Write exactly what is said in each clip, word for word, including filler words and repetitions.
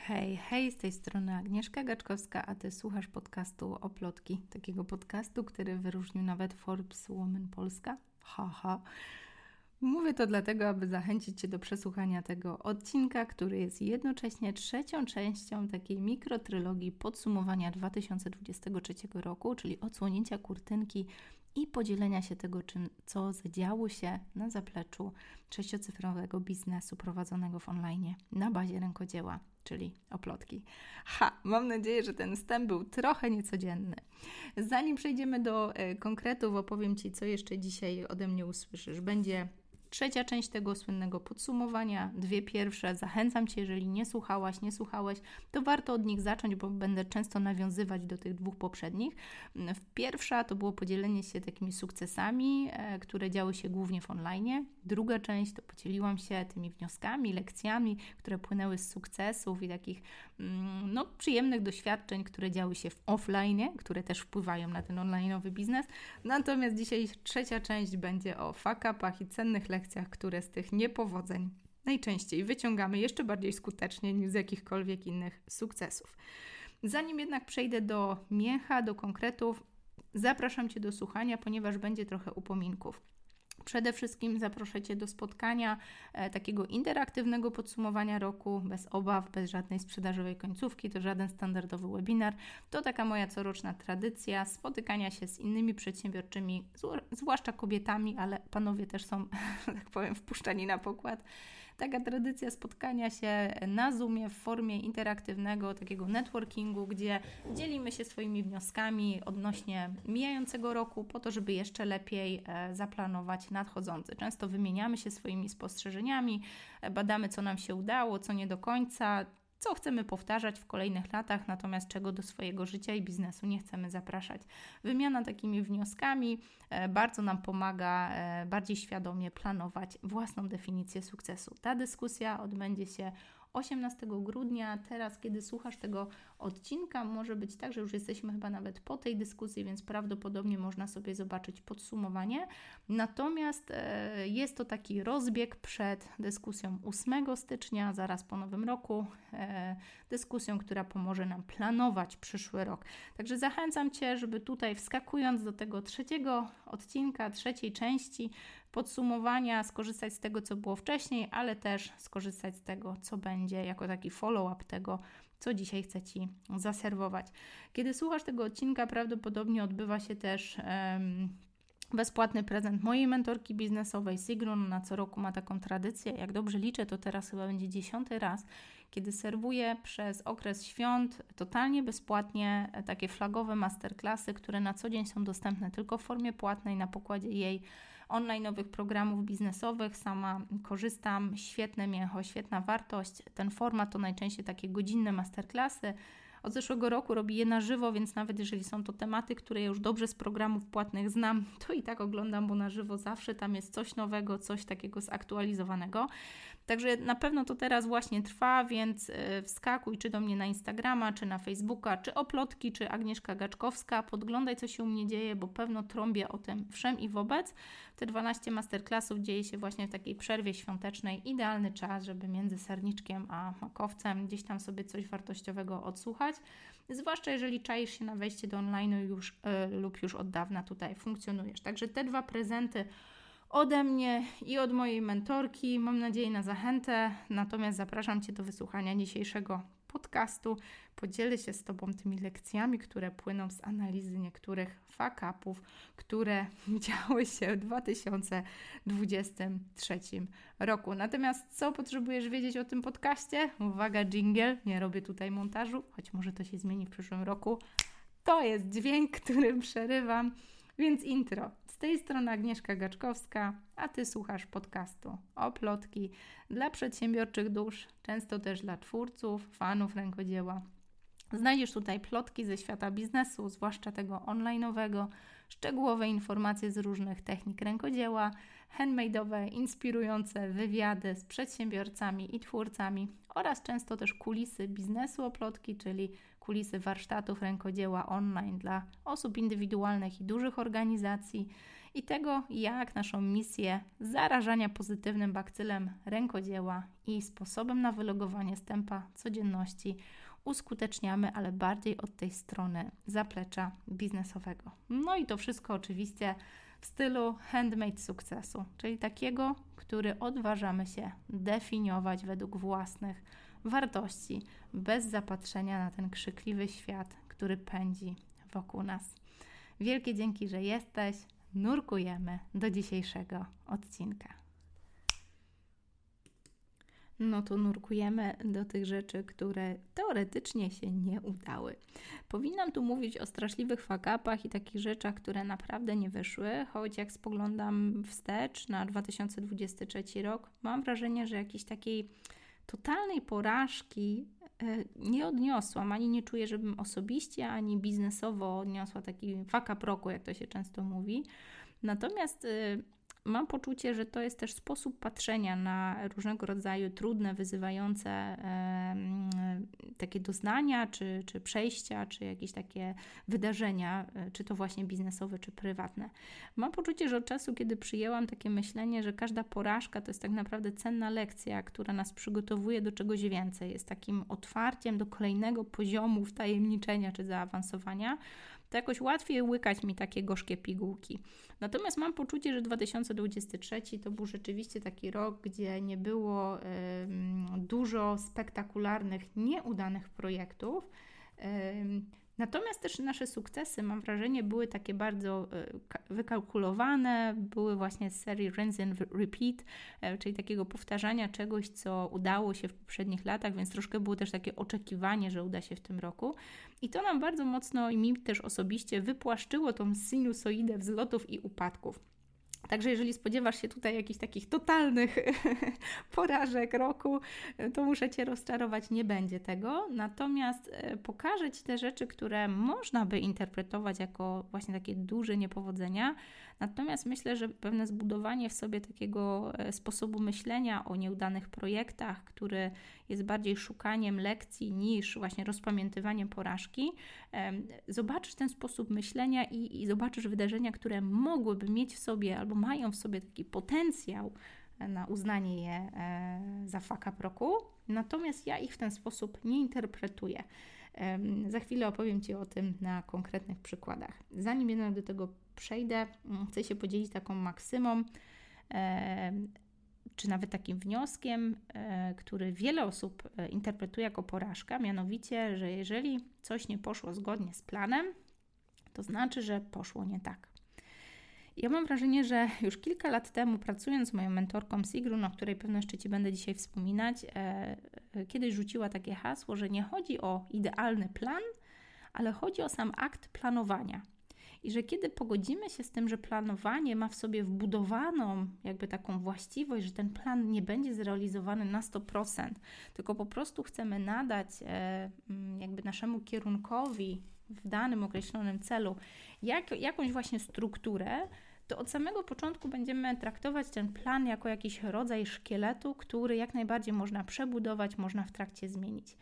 Hej, hej, z tej strony Agnieszka Gaczkowska, a Ty słuchasz podcastu Oplotki, takiego podcastu, który wyróżnił nawet Forbes Woman Polska. Haha. Ha. Mówię to dlatego, aby zachęcić Cię do przesłuchania tego odcinka, który jest jednocześnie trzecią częścią takiej mikrotrylogii podsumowania dwa tysiące dwudziestego trzeciego roku, czyli odsłonięcia kurtynki i podzielenia się tego, czym, co zadziało się na zapleczu sześciocyfrowego biznesu prowadzonego w online na bazie rękodzieła, czyli Oplotki. Ha, mam nadzieję, że ten wstęp był trochę niecodzienny. Zanim przejdziemy do e, konkretów, opowiem Ci, co jeszcze dzisiaj ode mnie usłyszysz. Będzie trzecia część tego słynnego podsumowania, dwie pierwsze. Zachęcam Cię, jeżeli nie słuchałaś, nie słuchałeś, to warto od nich zacząć, bo będę często nawiązywać do tych dwóch poprzednich. Pierwsza to było podzielenie się takimi sukcesami, e, które działy się głównie w online. Druga część to podzieliłam się tymi wnioskami, lekcjami, które płynęły z sukcesów i takich mm, no, przyjemnych doświadczeń, które działy się w offline, które też wpływają na ten online'owy biznes. Natomiast dzisiaj trzecia część będzie o fuck-upach i cennych lekcjach, które z tych niepowodzeń najczęściej wyciągamy jeszcze bardziej skutecznie niż z jakichkolwiek innych sukcesów. Zanim jednak przejdę do mięcha, do konkretów, zapraszam Cię do słuchania, ponieważ będzie trochę upominków. Przede wszystkim zaproszę Cię do spotkania e, takiego interaktywnego podsumowania roku, bez obaw, bez żadnej sprzedażowej końcówki, to żaden standardowy webinar. To taka moja coroczna tradycja spotykania się z innymi przedsiębiorczymi, zwłaszcza kobietami, ale panowie też są, tak powiem, wpuszczani na pokład. Taka tradycja spotkania się na Zoomie w formie interaktywnego takiego networkingu, gdzie dzielimy się swoimi wnioskami odnośnie mijającego roku po to, żeby jeszcze lepiej e, zaplanować nadchodzący. Często wymieniamy się swoimi spostrzeżeniami, e, badamy, co nam się udało, co nie do końca, co chcemy powtarzać w kolejnych latach, natomiast czego do swojego życia i biznesu nie chcemy zapraszać. Wymiana takimi wnioskami e, bardzo nam pomaga e, bardziej świadomie planować własną definicję sukcesu. Ta dyskusja odbędzie się osiemnastego grudnia. Teraz, kiedy słuchasz tego odcinka, może być tak, że już jesteśmy chyba nawet po tej dyskusji, więc prawdopodobnie można sobie zobaczyć podsumowanie. Natomiast e, jest to taki rozbieg przed dyskusją ósmego stycznia, zaraz po nowym roku, e, dyskusją, która pomoże nam planować przyszły rok. Także zachęcam Cię, żeby tutaj wskakując do tego trzeciego odcinka, trzeciej części podsumowania, skorzystać z tego, co było wcześniej, ale też skorzystać z tego, co będzie jako taki follow-up tego, co dzisiaj chcę Ci zaserwować. Kiedy słuchasz tego odcinka, prawdopodobnie odbywa się też um, bezpłatny prezent mojej mentorki biznesowej Sigrun. Na co roku ma taką tradycję. Jak dobrze liczę, to teraz chyba będzie dziesiąty raz, kiedy serwuję przez okres świąt totalnie bezpłatnie takie flagowe masterclassy, które na co dzień są dostępne tylko w formie płatnej na pokładzie jej online'owych programów biznesowych. Sama korzystam, świetne mięcho, świetna wartość. Ten format to najczęściej takie godzinne masterclassy. Od zeszłego roku robię je na żywo, więc nawet jeżeli są to tematy, które ja już dobrze z programów płatnych znam, to i tak oglądam, bo na żywo zawsze tam jest coś nowego, coś takiego zaktualizowanego. Także na pewno to teraz właśnie trwa, więc wskakuj czy do mnie na Instagrama, czy na Facebooka, czy Oplotki, czy Agnieszka Gaczkowska. Podglądaj, co się u mnie dzieje, bo pewno trąbię o tym wszem i wobec. Te dwanaście masterclassów dzieje się właśnie w takiej przerwie świątecznej. Idealny czas, żeby między serniczkiem a makowcem gdzieś tam sobie coś wartościowego odsłuchać. Zwłaszcza jeżeli czaisz się na wejście do online już yy, lub już od dawna tutaj funkcjonujesz. Także te dwa prezenty ode mnie i od mojej mentorki. Mam nadzieję na zachętę. Natomiast zapraszam Cię do wysłuchania dzisiejszego podcastu. Podzielę się z Tobą tymi lekcjami, które płyną z analizy niektórych fuck-upów, które działy się w dwa tysiące dwudziestym trzecim roku. Natomiast co potrzebujesz wiedzieć o tym podcaście? Uwaga, jingle. Nie robię tutaj montażu, choć może to się zmieni w przyszłym roku. To jest dźwięk, którym przerywam. Więc intro. Z tej strony Agnieszka Gaczkowska, a Ty słuchasz podcastu Oplotki dla przedsiębiorczych dusz, często też dla twórców, fanów rękodzieła. Znajdziesz tutaj plotki ze świata biznesu, zwłaszcza tego online'owego, szczegółowe informacje z różnych technik rękodzieła, handmade'owe, inspirujące wywiady z przedsiębiorcami i twórcami oraz często też kulisy biznesu Oplotki, czyli kulisy warsztatów rękodzieła online dla osób indywidualnych i dużych organizacji i tego, jak naszą misję zarażania pozytywnym bakcylem rękodzieła i sposobem na wylogowanie z tempa codzienności uskuteczniamy, ale bardziej od tej strony zaplecza biznesowego. No i to wszystko oczywiście w stylu handmade sukcesu, czyli takiego, który odważamy się definiować według własnych wartości, bez zapatrzenia na ten krzykliwy świat, który pędzi wokół nas. Wielkie dzięki, że jesteś. Nurkujemy do dzisiejszego odcinka. No to nurkujemy do tych rzeczy, które teoretycznie się nie udały. Powinnam tu mówić o straszliwych fuck-upach i takich rzeczach, które naprawdę nie wyszły, choć jak spoglądam wstecz na dwa tysiące dwudziesty trzeci rok, mam wrażenie, że jakiejś takiej totalnej porażki nie odniosłam, ani nie czuję, żebym osobiście, ani biznesowo odniosła taki fuck-up roku, jak to się często mówi. Natomiast mam poczucie, że to jest też sposób patrzenia na różnego rodzaju trudne, wyzywające e, takie doznania, czy, czy przejścia, czy jakieś takie wydarzenia, czy to właśnie biznesowe, czy prywatne. Mam poczucie, że od czasu, kiedy przyjęłam takie myślenie, że każda porażka to jest tak naprawdę cenna lekcja, która nas przygotowuje do czegoś więcej, jest takim otwarciem do kolejnego poziomu wtajemniczenia, czy zaawansowania, to jakoś łatwiej łykać mi takie gorzkie pigułki. Natomiast mam poczucie, że dwa tysiące dwudziesty trzeci to był rzeczywiście taki rok, gdzie nie było y, dużo spektakularnych, nieudanych projektów. Y, Natomiast też nasze sukcesy, mam wrażenie, były takie bardzo y, wykalkulowane, były właśnie z serii rinse and repeat, y, czyli takiego powtarzania czegoś, co udało się w poprzednich latach, więc troszkę było też takie oczekiwanie, że uda się w tym roku. I to nam bardzo mocno i mi też osobiście wypłaszczyło tą sinusoidę wzlotów i upadków. Także jeżeli spodziewasz się tutaj jakichś takich totalnych porażek roku, to muszę Cię rozczarować, nie będzie tego. Natomiast pokażę Ci te rzeczy, które można by interpretować jako właśnie takie duże niepowodzenia. Natomiast myślę, że pewne zbudowanie w sobie takiego sposobu myślenia o nieudanych projektach, który jest bardziej szukaniem lekcji niż właśnie rozpamiętywaniem porażki, zobaczysz ten sposób myślenia i, i zobaczysz wydarzenia, które mogłyby mieć w sobie albo mają w sobie taki potencjał na uznanie je za fuck up roku, natomiast ja ich w ten sposób nie interpretuję. Za chwilę opowiem Ci o tym na konkretnych przykładach. Zanim jednak do tego przejdę, chcę się podzielić taką maksymą, czy nawet takim wnioskiem, który wiele osób interpretuje jako porażkę, mianowicie, że jeżeli coś nie poszło zgodnie z planem, to znaczy, że poszło nie tak. Ja mam wrażenie, że już kilka lat temu, pracując z moją mentorką Sigrun, o której pewno jeszcze Ci będę dzisiaj wspominać, e, kiedyś rzuciła takie hasło, że nie chodzi o idealny plan, ale chodzi o sam akt planowania. I że kiedy pogodzimy się z tym, że planowanie ma w sobie wbudowaną jakby taką właściwość, że ten plan nie będzie zrealizowany na sto procent, tylko po prostu chcemy nadać e, jakby naszemu kierunkowi w danym określonym celu jak, jakąś właśnie strukturę, to od samego początku będziemy traktować ten plan jako jakiś rodzaj szkieletu, który jak najbardziej można przebudować, można w trakcie zmienić.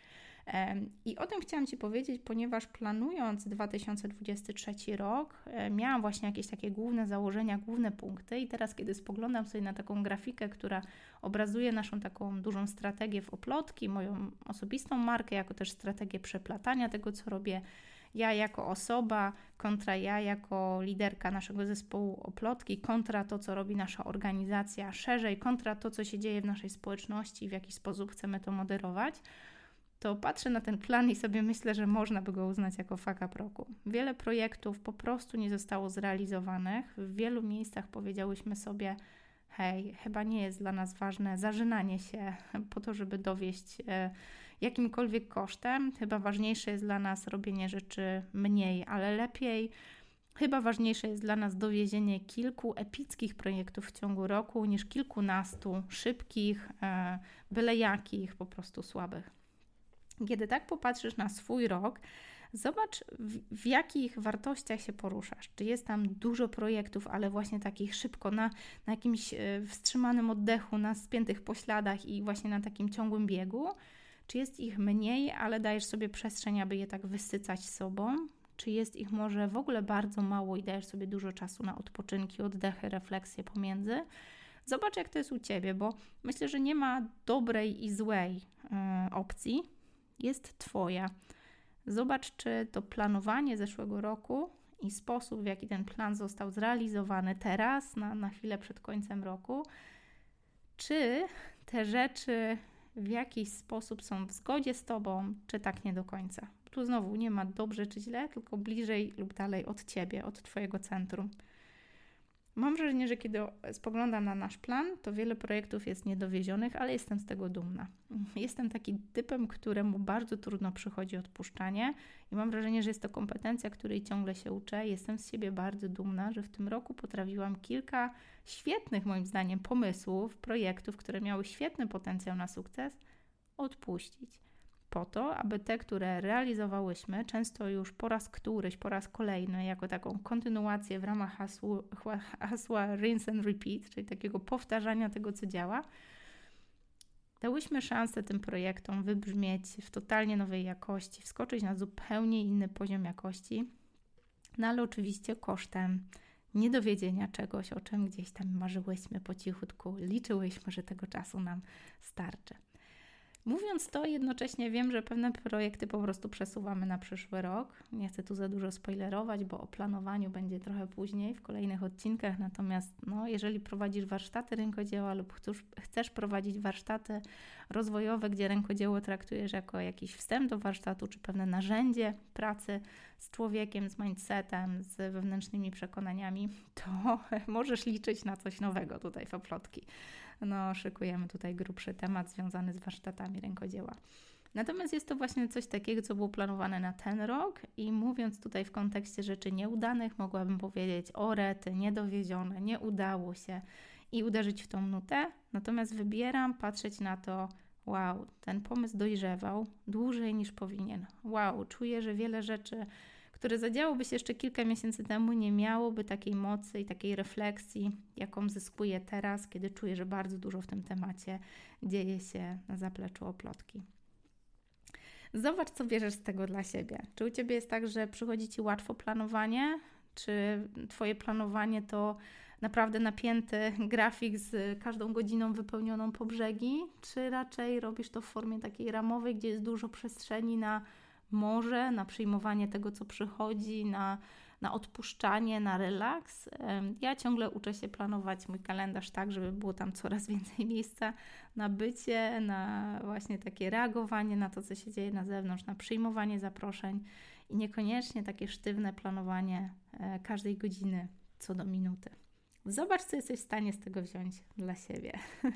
I o tym chciałam Ci powiedzieć, ponieważ planując dwa tysiące dwudziesty trzeci rok, miałam właśnie jakieś takie główne założenia, główne punkty i teraz, kiedy spoglądam sobie na taką grafikę, która obrazuje naszą taką dużą strategię w Oplotki, moją osobistą markę, jako też strategię przeplatania tego, co robię, ja jako osoba, kontra ja jako liderka naszego zespołu Oplotki, kontra to, co robi nasza organizacja szerzej, kontra to, co się dzieje w naszej społeczności, w jaki sposób chcemy to moderować, to patrzę na ten plan i sobie myślę, że można by go uznać jako fuck up roku. Wiele projektów po prostu nie zostało zrealizowanych. W wielu miejscach powiedziałyśmy sobie, hej, chyba nie jest dla nas ważne zażynanie się po to, żeby dowieść e, jakimkolwiek kosztem. Chyba ważniejsze jest dla nas robienie rzeczy mniej, ale lepiej. Chyba ważniejsze jest dla nas dowiezienie kilku epickich projektów w ciągu roku niż kilkunastu szybkich, e, byle jakich, po prostu słabych. Kiedy tak popatrzysz na swój rok, zobacz, w, w jakich wartościach się poruszasz. Czy jest tam dużo projektów, ale właśnie takich szybko, na, na jakimś e, wstrzymanym oddechu, na spiętych pośladach i właśnie na takim ciągłym biegu? Czy jest ich mniej, ale dajesz sobie przestrzeń, aby je tak wysycać sobą? Czy jest ich może w ogóle bardzo mało i dajesz sobie dużo czasu na odpoczynki, oddechy, refleksje pomiędzy? Zobacz, jak to jest u Ciebie, bo myślę, że nie ma dobrej i złej yy, opcji. Jest Twoja. Zobacz, czy to planowanie zeszłego roku i sposób, w jaki ten plan został zrealizowany teraz, na, na chwilę przed końcem roku, czy te rzeczy w jakiś sposób są w zgodzie z Tobą, czy tak nie do końca. Tu znowu nie ma dobrze czy źle, tylko bliżej lub dalej od Ciebie, od Twojego centrum. Mam wrażenie, że kiedy spoglądam na nasz plan, to wiele projektów jest niedowiezionych, ale jestem z tego dumna. Jestem takim typem, któremu bardzo trudno przychodzi odpuszczanie i mam wrażenie, że jest to kompetencja, której ciągle się uczę. Jestem z siebie bardzo dumna, że w tym roku potrafiłam kilka świetnych, moim zdaniem, pomysłów, projektów, które miały świetny potencjał na sukces, odpuścić. Po to, aby te, które realizowałyśmy, często już po raz któryś, po raz kolejny, jako taką kontynuację w ramach hasłu, hasła rinse and repeat, czyli takiego powtarzania tego, co działa, dałyśmy szansę tym projektom wybrzmieć w totalnie nowej jakości, wskoczyć na zupełnie inny poziom jakości, no ale oczywiście kosztem niedowiedzenia czegoś, o czym gdzieś tam marzyłyśmy po cichutku, liczyłyśmy, że tego czasu nam starczy. Mówiąc to, jednocześnie wiem, że pewne projekty po prostu przesuwamy na przyszły rok. Nie chcę tu za dużo spoilerować, bo o planowaniu będzie trochę później w kolejnych odcinkach. Natomiast no, jeżeli prowadzisz warsztaty rękodzieła lub chcesz, chcesz prowadzić warsztaty rozwojowe, gdzie rękodzieło traktujesz jako jakiś wstęp do warsztatu, czy pewne narzędzie pracy z człowiekiem, z mindsetem, z wewnętrznymi przekonaniami, to możesz liczyć na coś nowego tutaj w Oplotki. No, szykujemy tutaj grubszy temat związany z warsztatami rękodzieła. Natomiast jest to właśnie coś takiego, co było planowane na ten rok i mówiąc tutaj w kontekście rzeczy nieudanych, mogłabym powiedzieć o rety, niedowiezione, nie udało się i uderzyć w tą nutę. Natomiast wybieram patrzeć na to, wow, ten pomysł dojrzewał dłużej niż powinien. Wow, czuję, że wiele rzeczy, które zadziałoby się jeszcze kilka miesięcy temu, nie miałoby takiej mocy i takiej refleksji, jaką zyskuję teraz, kiedy czuję, że bardzo dużo w tym temacie dzieje się na zapleczu Oplotki. Zobacz, co bierzesz z tego dla siebie. Czy u Ciebie jest tak, że przychodzi Ci łatwo planowanie? Czy Twoje planowanie to naprawdę napięty grafik z każdą godziną wypełnioną po brzegi? Czy raczej robisz to w formie takiej ramowej, gdzie jest dużo przestrzeni na może, na przyjmowanie tego, co przychodzi, na, na odpuszczanie, na relaks? Ja ciągle uczę się planować mój kalendarz tak, żeby było tam coraz więcej miejsca na bycie, na właśnie takie reagowanie na to, co się dzieje na zewnątrz, na przyjmowanie zaproszeń i niekoniecznie takie sztywne planowanie każdej godziny co do minuty. Zobacz, co jesteś w stanie z tego wziąć dla siebie.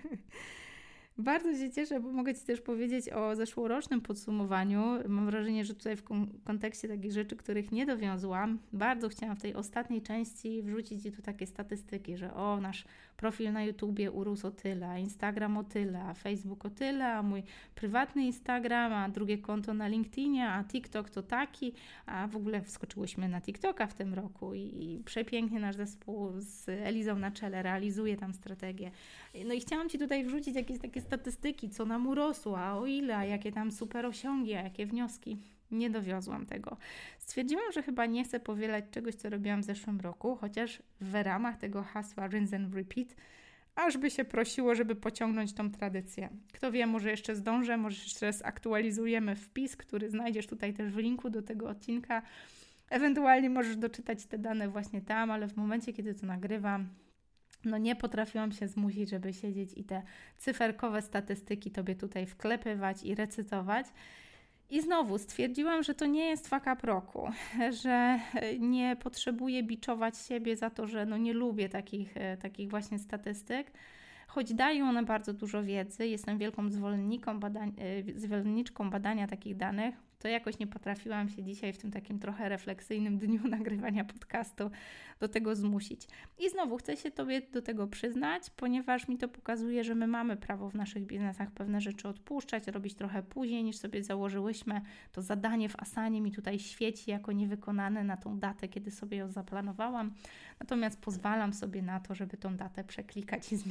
Bardzo się cieszę, bo mogę Ci też powiedzieć o zeszłorocznym podsumowaniu. Mam wrażenie, że tutaj w kontekście takich rzeczy, których nie dowiązłam, bardzo chciałam w tej ostatniej części wrzucić Ci tu takie statystyki, że o, nasz profil na YouTubie urósł o tyle, a Instagram o tyle, a Facebook o tyle, a mój prywatny Instagram, a drugie konto na LinkedInie, a TikTok to taki, a w ogóle wskoczyłyśmy na TikToka w tym roku i, i przepięknie nasz zespół z Elizą na czele realizuje tam strategię. No i chciałam Ci tutaj wrzucić jakieś takie statystyki, co nam urosło, a o ile, a jakie tam super osiągi, a jakie wnioski. Nie dowiozłam tego. Stwierdziłam, że chyba nie chcę powielać czegoś, co robiłam w zeszłym roku, chociaż w ramach tego hasła rinse and repeat, aż by się prosiło, żeby pociągnąć tą tradycję. Kto wie, może jeszcze zdążę, może jeszcze raz aktualizujemy wpis, który znajdziesz tutaj też w linku do tego odcinka. Ewentualnie możesz doczytać te dane właśnie tam, ale w momencie, kiedy to nagrywam, no nie potrafiłam się zmusić, żeby siedzieć i te cyferkowe statystyki Tobie tutaj wklepywać i recytować. I znowu stwierdziłam, że to nie jest fuck up roku, że nie potrzebuję biczować siebie za to, że no nie lubię takich, takich właśnie statystyk, choć dają one bardzo dużo wiedzy. Jestem wielką zwolenniką badań, zwolenniczką badania takich danych, to jakoś nie potrafiłam się dzisiaj w tym takim trochę refleksyjnym dniu nagrywania podcastu do tego zmusić. I znowu chcę się Tobie do tego przyznać, ponieważ mi to pokazuje, że my mamy prawo w naszych biznesach pewne rzeczy odpuszczać, robić trochę później niż sobie założyłyśmy. To zadanie w Asanie mi tutaj świeci jako niewykonane na tą datę, kiedy sobie ją zaplanowałam. Natomiast pozwalam sobie na to, żeby tą datę przeklikać i zmienić ją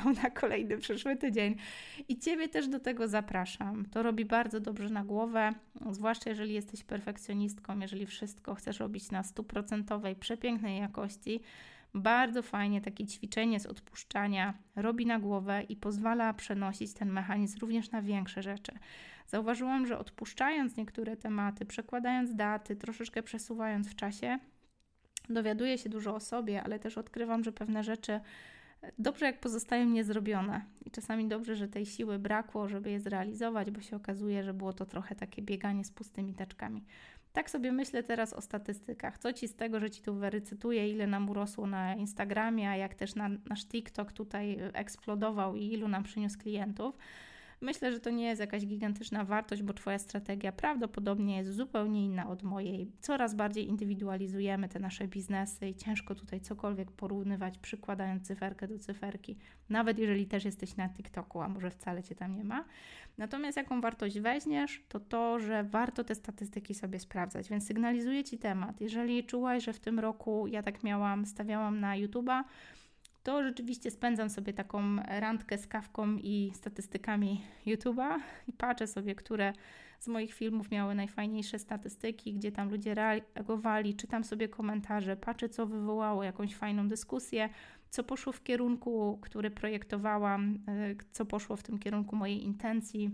pomysłom na kolejny przyszły tydzień. I Ciebie też do tego zapraszam. To robi bardzo dobrze na głowę, zwłaszcza jeżeli jesteś perfekcjonistką, jeżeli wszystko chcesz robić na stuprocentowej, przepięknej jakości. Bardzo fajnie takie ćwiczenie z odpuszczania robi na głowę i pozwala przenosić ten mechanizm również na większe rzeczy. Zauważyłam, że odpuszczając niektóre tematy, przekładając daty, troszeczkę przesuwając w czasie, dowiaduję się dużo o sobie, ale też odkrywam, że pewne rzeczy dobrze jak pozostają niezrobione. I czasami dobrze, że tej siły brakło, żeby je zrealizować, bo się okazuje, że było to trochę takie bieganie z pustymi taczkami. Tak sobie myślę teraz o statystykach. Co Ci z tego, że Ci tu wyrecytuję, ile nam urosło na Instagramie, a jak też na, nasz TikTok tutaj eksplodował i ilu nam przyniósł klientów. Myślę, że to nie jest jakaś gigantyczna wartość, bo Twoja strategia prawdopodobnie jest zupełnie inna od mojej. Coraz bardziej indywidualizujemy te nasze biznesy i ciężko tutaj cokolwiek porównywać, przykładając cyferkę do cyferki. Nawet jeżeli też jesteś na TikToku, a może wcale Cię tam nie ma. Natomiast jaką wartość weźmiesz, to to, że warto te statystyki sobie sprawdzać, więc sygnalizuję Ci temat. Jeżeli czułaś, że w tym roku ja tak miałam, stawiałam na YouTube'a, to rzeczywiście spędzam sobie taką randkę z kawką i statystykami YouTube'a i patrzę sobie, które z moich filmów miały najfajniejsze statystyki, gdzie tam ludzie reagowali, czytam sobie komentarze, patrzę, co wywołało jakąś fajną dyskusję, co poszło w kierunku, który projektowałam, co poszło w tym kierunku mojej intencji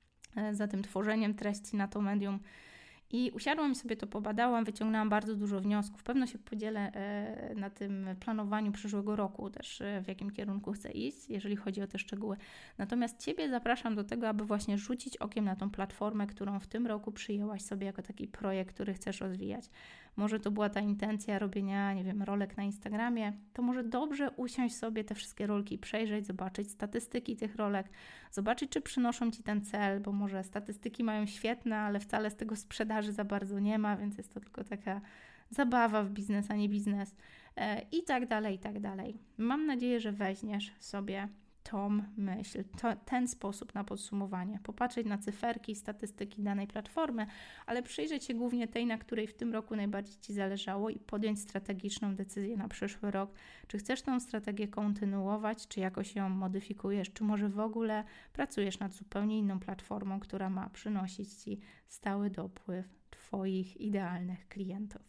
za tym tworzeniem treści na to medium. I usiadłam i sobie to pobadałam, wyciągnęłam bardzo dużo wniosków. Pewno się podzielę e, na tym planowaniu przyszłego roku też, e, w jakim kierunku chcę iść, jeżeli chodzi o te szczegóły. Natomiast Ciebie zapraszam do tego, aby właśnie rzucić okiem na tą platformę, którą w tym roku przyjęłaś sobie jako taki projekt, który chcesz rozwijać. Może to była ta intencja robienia, nie wiem, rolek na Instagramie, to może dobrze usiąść sobie te wszystkie rolki, przejrzeć, zobaczyć statystyki tych rolek, zobaczyć, czy przynoszą Ci ten cel, bo może statystyki mają świetne, ale wcale z tego sprzedaży za bardzo nie ma, więc jest to tylko taka zabawa w biznes, a nie biznes e, i tak dalej, i tak dalej. Mam nadzieję, że weźmiesz sobie tą myśl, to, ten sposób na podsumowanie, popatrzeć na cyferki, statystyki danej platformy, ale przyjrzeć się głównie tej, na której w tym roku najbardziej Ci zależało i podjąć strategiczną decyzję na przyszły rok, czy chcesz tą strategię kontynuować, czy jakoś ją modyfikujesz, czy może w ogóle pracujesz nad zupełnie inną platformą, która ma przynosić Ci stały dopływ Twoich idealnych klientów.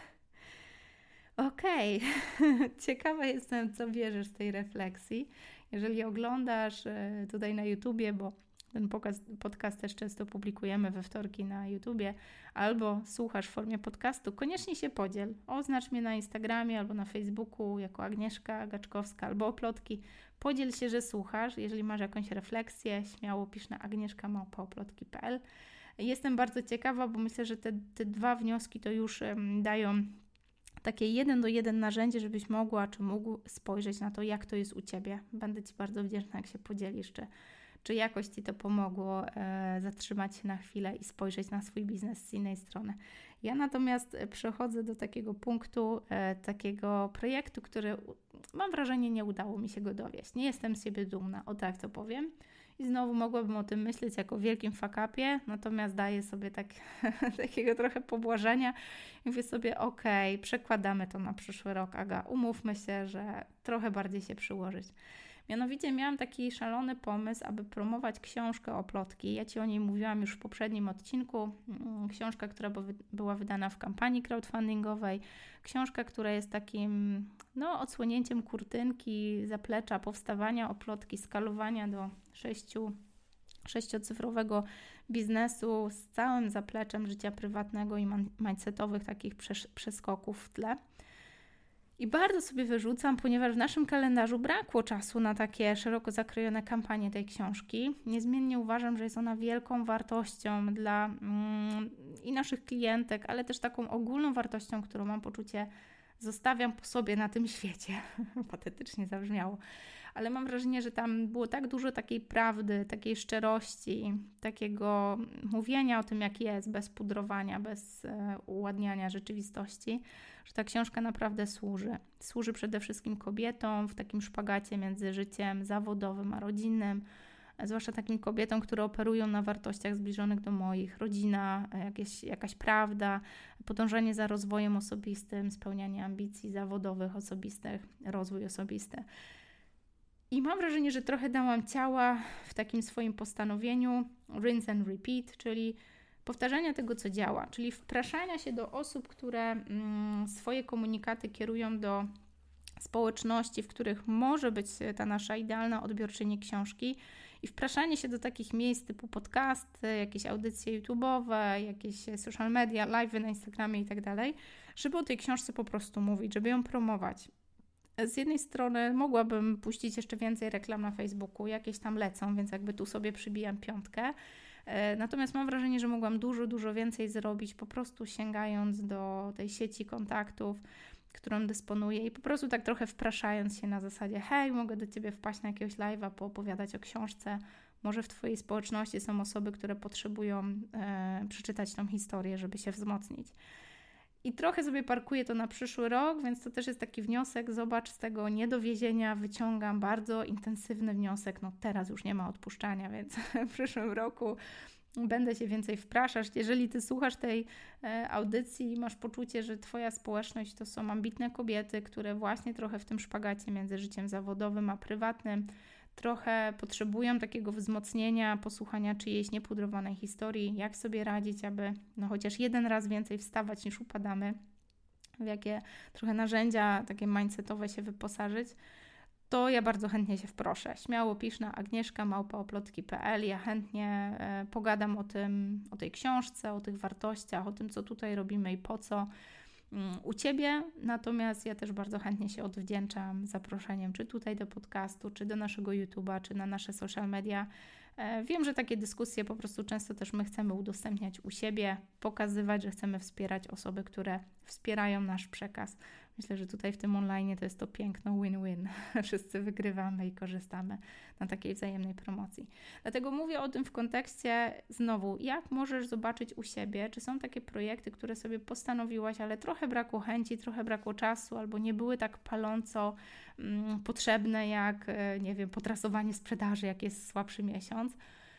Okej, okay. Ciekawa jestem, co bierzesz z tej refleksji. Jeżeli oglądasz tutaj na YouTubie, bo ten podcast, podcast też często publikujemy we wtorki na YouTubie, albo słuchasz w formie podcastu, koniecznie się podziel. Oznacz mnie na Instagramie albo na Facebooku jako Agnieszka Gaczkowska albo Oplotki. Podziel się, że słuchasz. Jeżeli masz jakąś refleksję, śmiało pisz na agnieszka małpa oplotki kropka p l. Jestem bardzo ciekawa, bo myślę, że te, te dwa wnioski to już um, dają takie jeden do jeden narzędzie, żebyś mogła czy mógł spojrzeć na to, jak to jest u Ciebie. Będę Ci bardzo wdzięczna, jak się podzielisz, czy, czy jakoś Ci to pomogło e, zatrzymać się na chwilę i spojrzeć na swój biznes z innej strony. Ja natomiast przechodzę do takiego punktu, e, takiego projektu, który mam wrażenie nie udało mi się go dowieść. Nie jestem z siebie dumna, o tak to powiem. I znowu mogłabym o tym myśleć jako o wielkim fuck-upie, natomiast daję sobie tak, takiego trochę pobłażenia i mówię sobie, okej, okay, przekładamy to na przyszły rok, Aga, umówmy się, że trochę bardziej się przyłożyć. Mianowicie miałam taki szalony pomysł, aby promować książkę Oplotki. Ja Ci o niej mówiłam już w poprzednim odcinku. Książka, która była wydana w kampanii crowdfundingowej. Książka, która jest takim no, odsłonięciem kurtynki, zaplecza powstawania Oplotki, skalowania do sześciu, sześciocyfrowego biznesu z całym zapleczem życia prywatnego i mindsetowych takich przeskoków w tle. I bardzo sobie wyrzucam, ponieważ w naszym kalendarzu brakło czasu na takie szeroko zakrojone kampanie tej książki. Niezmiennie uważam, że jest ona wielką wartością dla mm, i naszych klientek, ale też taką ogólną wartością, którą mam poczucie zostawiam po sobie na tym świecie. Patetycznie zabrzmiało. Ale mam wrażenie, że tam było tak dużo takiej prawdy, takiej szczerości, takiego mówienia o tym, jak jest, bez pudrowania, bez e, uładniania rzeczywistości, że ta książka naprawdę służy. Służy przede wszystkim kobietom w takim szpagacie między życiem zawodowym a rodzinnym, zwłaszcza takim kobietom, które operują na wartościach zbliżonych do moich. Rodzina, jakieś, jakaś prawda, podążanie za rozwojem osobistym, spełnianie ambicji zawodowych, osobistych, rozwój osobisty. I mam wrażenie, że trochę dałam ciała w takim swoim postanowieniu rinse and repeat, czyli powtarzania tego, co działa, czyli wpraszania się do osób, które mm, swoje komunikaty kierują do społeczności, w których może być ta nasza idealna odbiorczyni książki, i wpraszanie się do takich miejsc typu podcasty, jakieś audycje YouTube'owe, jakieś social media, live'y na Instagramie i tak dalej, żeby o tej książce po prostu mówić, żeby ją promować. Z jednej strony mogłabym puścić jeszcze więcej reklam na Facebooku, jakieś tam lecą, więc jakby tu sobie przybijam piątkę. Natomiast mam wrażenie, że mogłam dużo, dużo więcej zrobić, po prostu sięgając do tej sieci kontaktów, którą dysponuję, i po prostu tak trochę wpraszając się na zasadzie: hej, mogę do Ciebie wpaść na jakiegoś live'a, poopowiadać o książce, może w Twojej społeczności są osoby, które potrzebują e, przeczytać tą historię, żeby się wzmocnić. I trochę sobie parkuję to na przyszły rok, więc to też jest taki wniosek. Zobacz, z tego niedowiezienia wyciągam bardzo intensywny wniosek. No teraz już nie ma odpuszczania, więc w przyszłym roku będę się więcej wpraszać. Jeżeli Ty słuchasz tej e, audycji i masz poczucie, że Twoja społeczność to są ambitne kobiety, które właśnie trochę w tym szpagacie między życiem zawodowym a prywatnym trochę potrzebują takiego wzmocnienia, posłuchania czyjejś niepudrowanej historii, jak sobie radzić, aby no chociaż jeden raz więcej wstawać niż upadamy, w jakie trochę narzędzia takie mindsetowe się wyposażyć, to ja bardzo chętnie się wproszę. Śmiało pisz na agnieszka małpa oplotki kropka p l. Ja chętnie e, pogadam o tym, o tej książce, o tych wartościach, o tym, co tutaj robimy i po co um, u Ciebie. Natomiast ja też bardzo chętnie się odwdzięczam zaproszeniem, czy tutaj do podcastu, czy do naszego YouTube'a, czy na nasze social media. E, wiem, że takie dyskusje po prostu często też my chcemy udostępniać u siebie, pokazywać, że chcemy wspierać osoby, które wspierają nasz przekaz. Myślę, że tutaj w tym online to jest to piękno win-win. Wszyscy wygrywamy i korzystamy na takiej wzajemnej promocji. Dlatego mówię o tym w kontekście znowu, jak możesz zobaczyć u siebie, czy są takie projekty, które sobie postanowiłaś, ale trochę brakło chęci, trochę brakło czasu, albo nie były tak paląco mm, potrzebne jak, nie wiem, potrasowanie sprzedaży, jak jest słabszy miesiąc.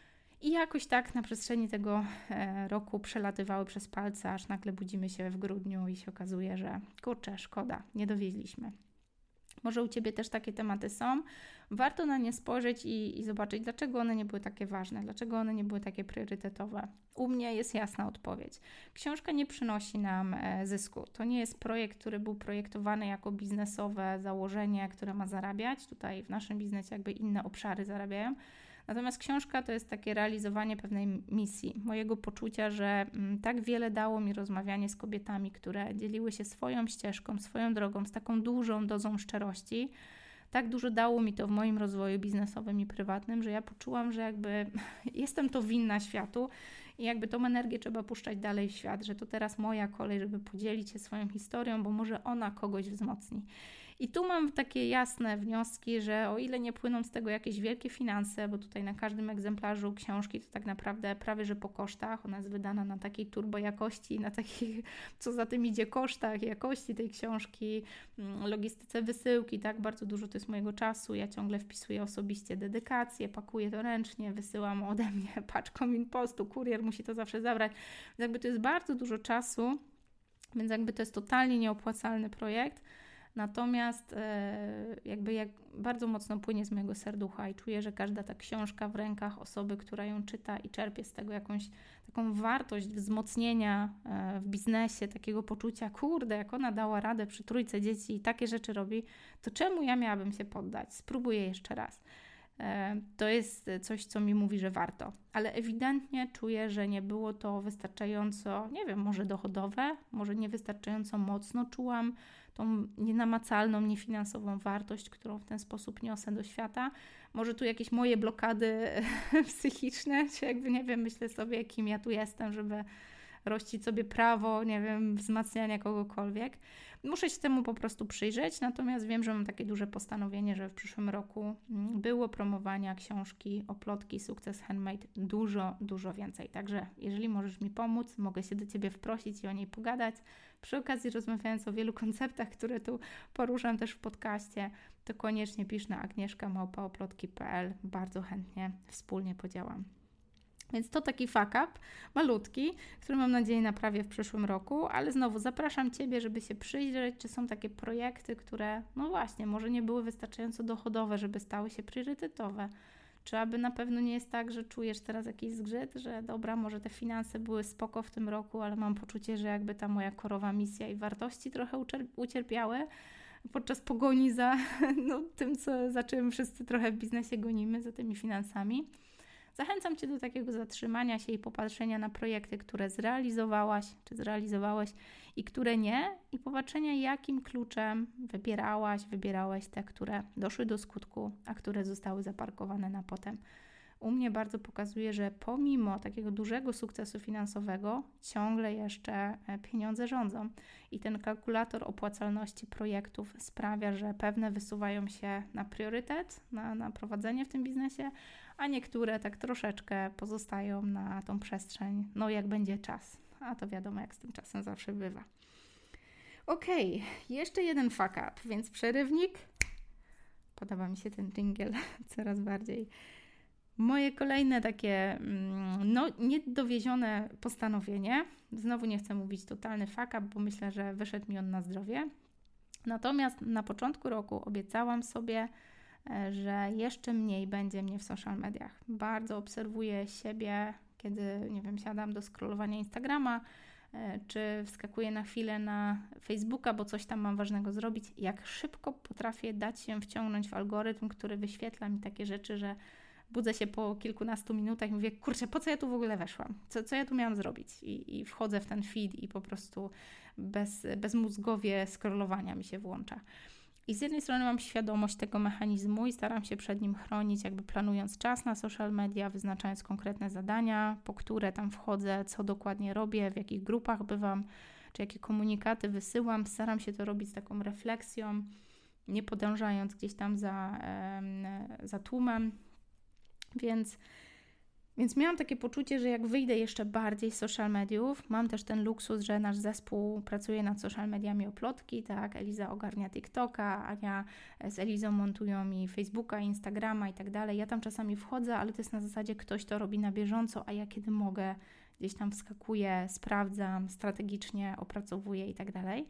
I jakoś tak na przestrzeni tego e, roku przelatywały przez palce, aż nagle budzimy się w grudniu i się okazuje, że kurczę, szkoda, nie dowieźliśmy. Może u Ciebie też takie tematy są. Warto na nie spojrzeć i, i zobaczyć, dlaczego one nie były takie ważne, dlaczego one nie były takie priorytetowe. U mnie jest jasna odpowiedź. Książka nie przynosi nam e, zysku. To nie jest projekt, który był projektowany jako biznesowe założenie, które ma zarabiać. Tutaj w naszym biznesie jakby inne obszary zarabiają. Natomiast książka to jest takie realizowanie pewnej misji, mojego poczucia, że m, tak wiele dało mi rozmawianie z kobietami, które dzieliły się swoją ścieżką, swoją drogą, z taką dużą dozą szczerości. Tak dużo dało mi to w moim rozwoju biznesowym i prywatnym, że ja poczułam, że jakby jestem to winna światu i jakby tą energię trzeba puszczać dalej w świat, że to teraz moja kolej, żeby podzielić się swoją historią, bo może ona kogoś wzmocni. I tu mam takie jasne wnioski, że o ile nie płyną z tego jakieś wielkie finanse, bo tutaj na każdym egzemplarzu książki to tak naprawdę prawie że po kosztach, ona jest wydana na takiej turbo jakości, na takich, co za tym idzie, kosztach, jakości tej książki, logistyce wysyłki, tak, bardzo dużo to jest mojego czasu, ja ciągle wpisuję osobiście dedykację, pakuję to ręcznie, wysyłam ode mnie paczką inpostu, kurier musi to zawsze zabrać, więc jakby to jest bardzo dużo czasu, więc jakby to jest totalnie nieopłacalny projekt. Natomiast e, jakby jak bardzo mocno płynie z mojego serducha i czuję, że każda ta książka w rękach osoby, która ją czyta i czerpie z tego jakąś taką wartość wzmocnienia e, w biznesie, takiego poczucia, kurde, jak ona dała radę przy trójce dzieci i takie rzeczy robi, to czemu ja miałabym się poddać? Spróbuję jeszcze raz. E, to jest coś, co mi mówi, że warto. Ale ewidentnie czuję, że nie było to wystarczająco, nie wiem, może dochodowe, może niewystarczająco mocno czułam tą nienamacalną, niefinansową wartość, którą w ten sposób niosę do świata. Może tu jakieś moje blokady psychiczne, czy jakby, nie wiem, myślę sobie, kim ja tu jestem, żeby rościć sobie prawo, nie wiem, wzmacniania kogokolwiek. Muszę się temu po prostu przyjrzeć, natomiast wiem, że mam takie duże postanowienie, że w przyszłym roku było promowania książki Oplotki Sukces Handmade dużo, dużo więcej. Także jeżeli możesz mi pomóc, mogę się do Ciebie wprosić i o niej pogadać. Przy okazji rozmawiając o wielu konceptach, które tu poruszam też w podcaście, to koniecznie pisz na agnieszka małpa oplotki kropka p l. Bardzo chętnie wspólnie podziałam. Więc to taki fuck up, malutki, który mam nadzieję naprawię w przyszłym roku, ale znowu zapraszam Ciebie, żeby się przyjrzeć, czy są takie projekty, które, no właśnie, może nie były wystarczająco dochodowe, żeby stały się priorytetowe. Czy aby na pewno nie jest tak, że czujesz teraz jakiś zgrzyt, że dobra, może te finanse były spoko w tym roku, ale mam poczucie, że jakby ta moja korowa misja i wartości trochę ucierpiały podczas pogoni za no, tym, co, za czym wszyscy trochę w biznesie gonimy, za tymi finansami. Zachęcam Cię do takiego zatrzymania się i popatrzenia na projekty, które zrealizowałaś, czy zrealizowałeś i które nie, i popatrzenia, jakim kluczem wybierałaś, wybierałeś te, które doszły do skutku, a które zostały zaparkowane na potem. U mnie bardzo pokazuje, że pomimo takiego dużego sukcesu finansowego ciągle jeszcze pieniądze rządzą i ten kalkulator opłacalności projektów sprawia, że pewne wysuwają się na priorytet, na, na prowadzenie w tym biznesie, a niektóre tak troszeczkę pozostają na tą przestrzeń, no jak będzie czas, a to wiadomo jak z tym czasem zawsze bywa. Okej, okay, jeszcze jeden fuck up, więc przerywnik, podoba mi się ten dżingiel coraz bardziej. Moje kolejne takie, no niedowiezione postanowienie, znowu nie chcę mówić totalny fuck up, bo myślę, że wyszedł mi on na zdrowie, natomiast na początku roku obiecałam sobie, że jeszcze mniej będzie mnie w social mediach. Bardzo obserwuję siebie, kiedy, nie wiem, siadam do scrollowania Instagrama, czy wskakuję na chwilę na Facebooka, bo coś tam mam ważnego zrobić. Jak szybko potrafię dać się wciągnąć w algorytm, który wyświetla mi takie rzeczy, że budzę się po kilkunastu minutach i mówię, kurczę, po co ja tu w ogóle weszłam? Co, co ja tu miałam zrobić? I, i wchodzę w ten feed i po prostu bez, bezmózgowie scrollowania mi się włącza. I z jednej strony mam świadomość tego mechanizmu i staram się przed nim chronić, jakby planując czas na social media, wyznaczając konkretne zadania, po które tam wchodzę, co dokładnie robię, w jakich grupach bywam, czy jakie komunikaty wysyłam. Staram się to robić z taką refleksją, nie podążając gdzieś tam za, za tłumem. Więc, więc miałam takie poczucie, że jak wyjdę jeszcze bardziej z social mediów, mam też ten luksus, że nasz zespół pracuje nad social mediami Oplotki, tak, Eliza ogarnia TikToka, Ania z Elizą montują mi Facebooka, Instagrama i tak dalej. Ja tam czasami wchodzę, ale to jest na zasadzie ktoś to robi na bieżąco, a ja kiedy mogę gdzieś tam wskakuję, sprawdzam, strategicznie opracowuję i tak dalej.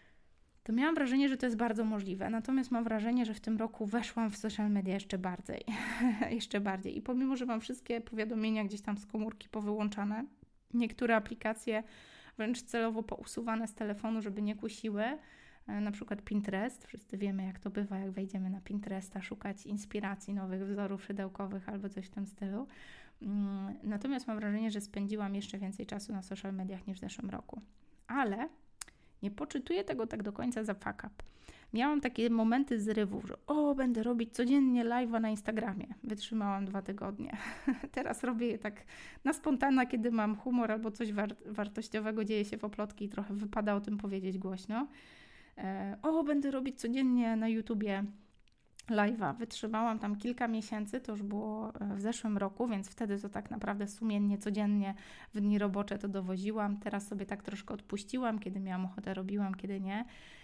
To miałam wrażenie, że to jest bardzo możliwe, natomiast mam wrażenie, że w tym roku weszłam w social media jeszcze bardziej, jeszcze bardziej i pomimo, że mam wszystkie powiadomienia gdzieś tam z komórki powyłączane, niektóre aplikacje wręcz celowo pousuwane z telefonu, żeby nie kusiły, na przykład Pinterest, wszyscy wiemy jak to bywa, jak wejdziemy na Pinteresta szukać inspiracji, nowych wzorów szydełkowych albo coś w tym stylu. Natomiast mam wrażenie, że spędziłam jeszcze więcej czasu na social mediach niż w zeszłym roku, ale nie poczytuję tego tak do końca za fuck up. Miałam takie momenty zrywów, że o, będę robić codziennie live'a na Instagramie. Wytrzymałam dwa tygodnie. Teraz robię je tak na spontana, kiedy mam humor albo coś war- wartościowego dzieje się w Oplotki i trochę wypada o tym powiedzieć głośno. E, o, będę robić codziennie na YouTubie live'a. Wytrzymałam tam kilka miesięcy, to już było w zeszłym roku, więc wtedy to tak naprawdę sumiennie, codziennie w dni robocze to dowoziłam. Teraz sobie tak troszkę odpuściłam, kiedy miałam ochotę, robiłam, kiedy nie.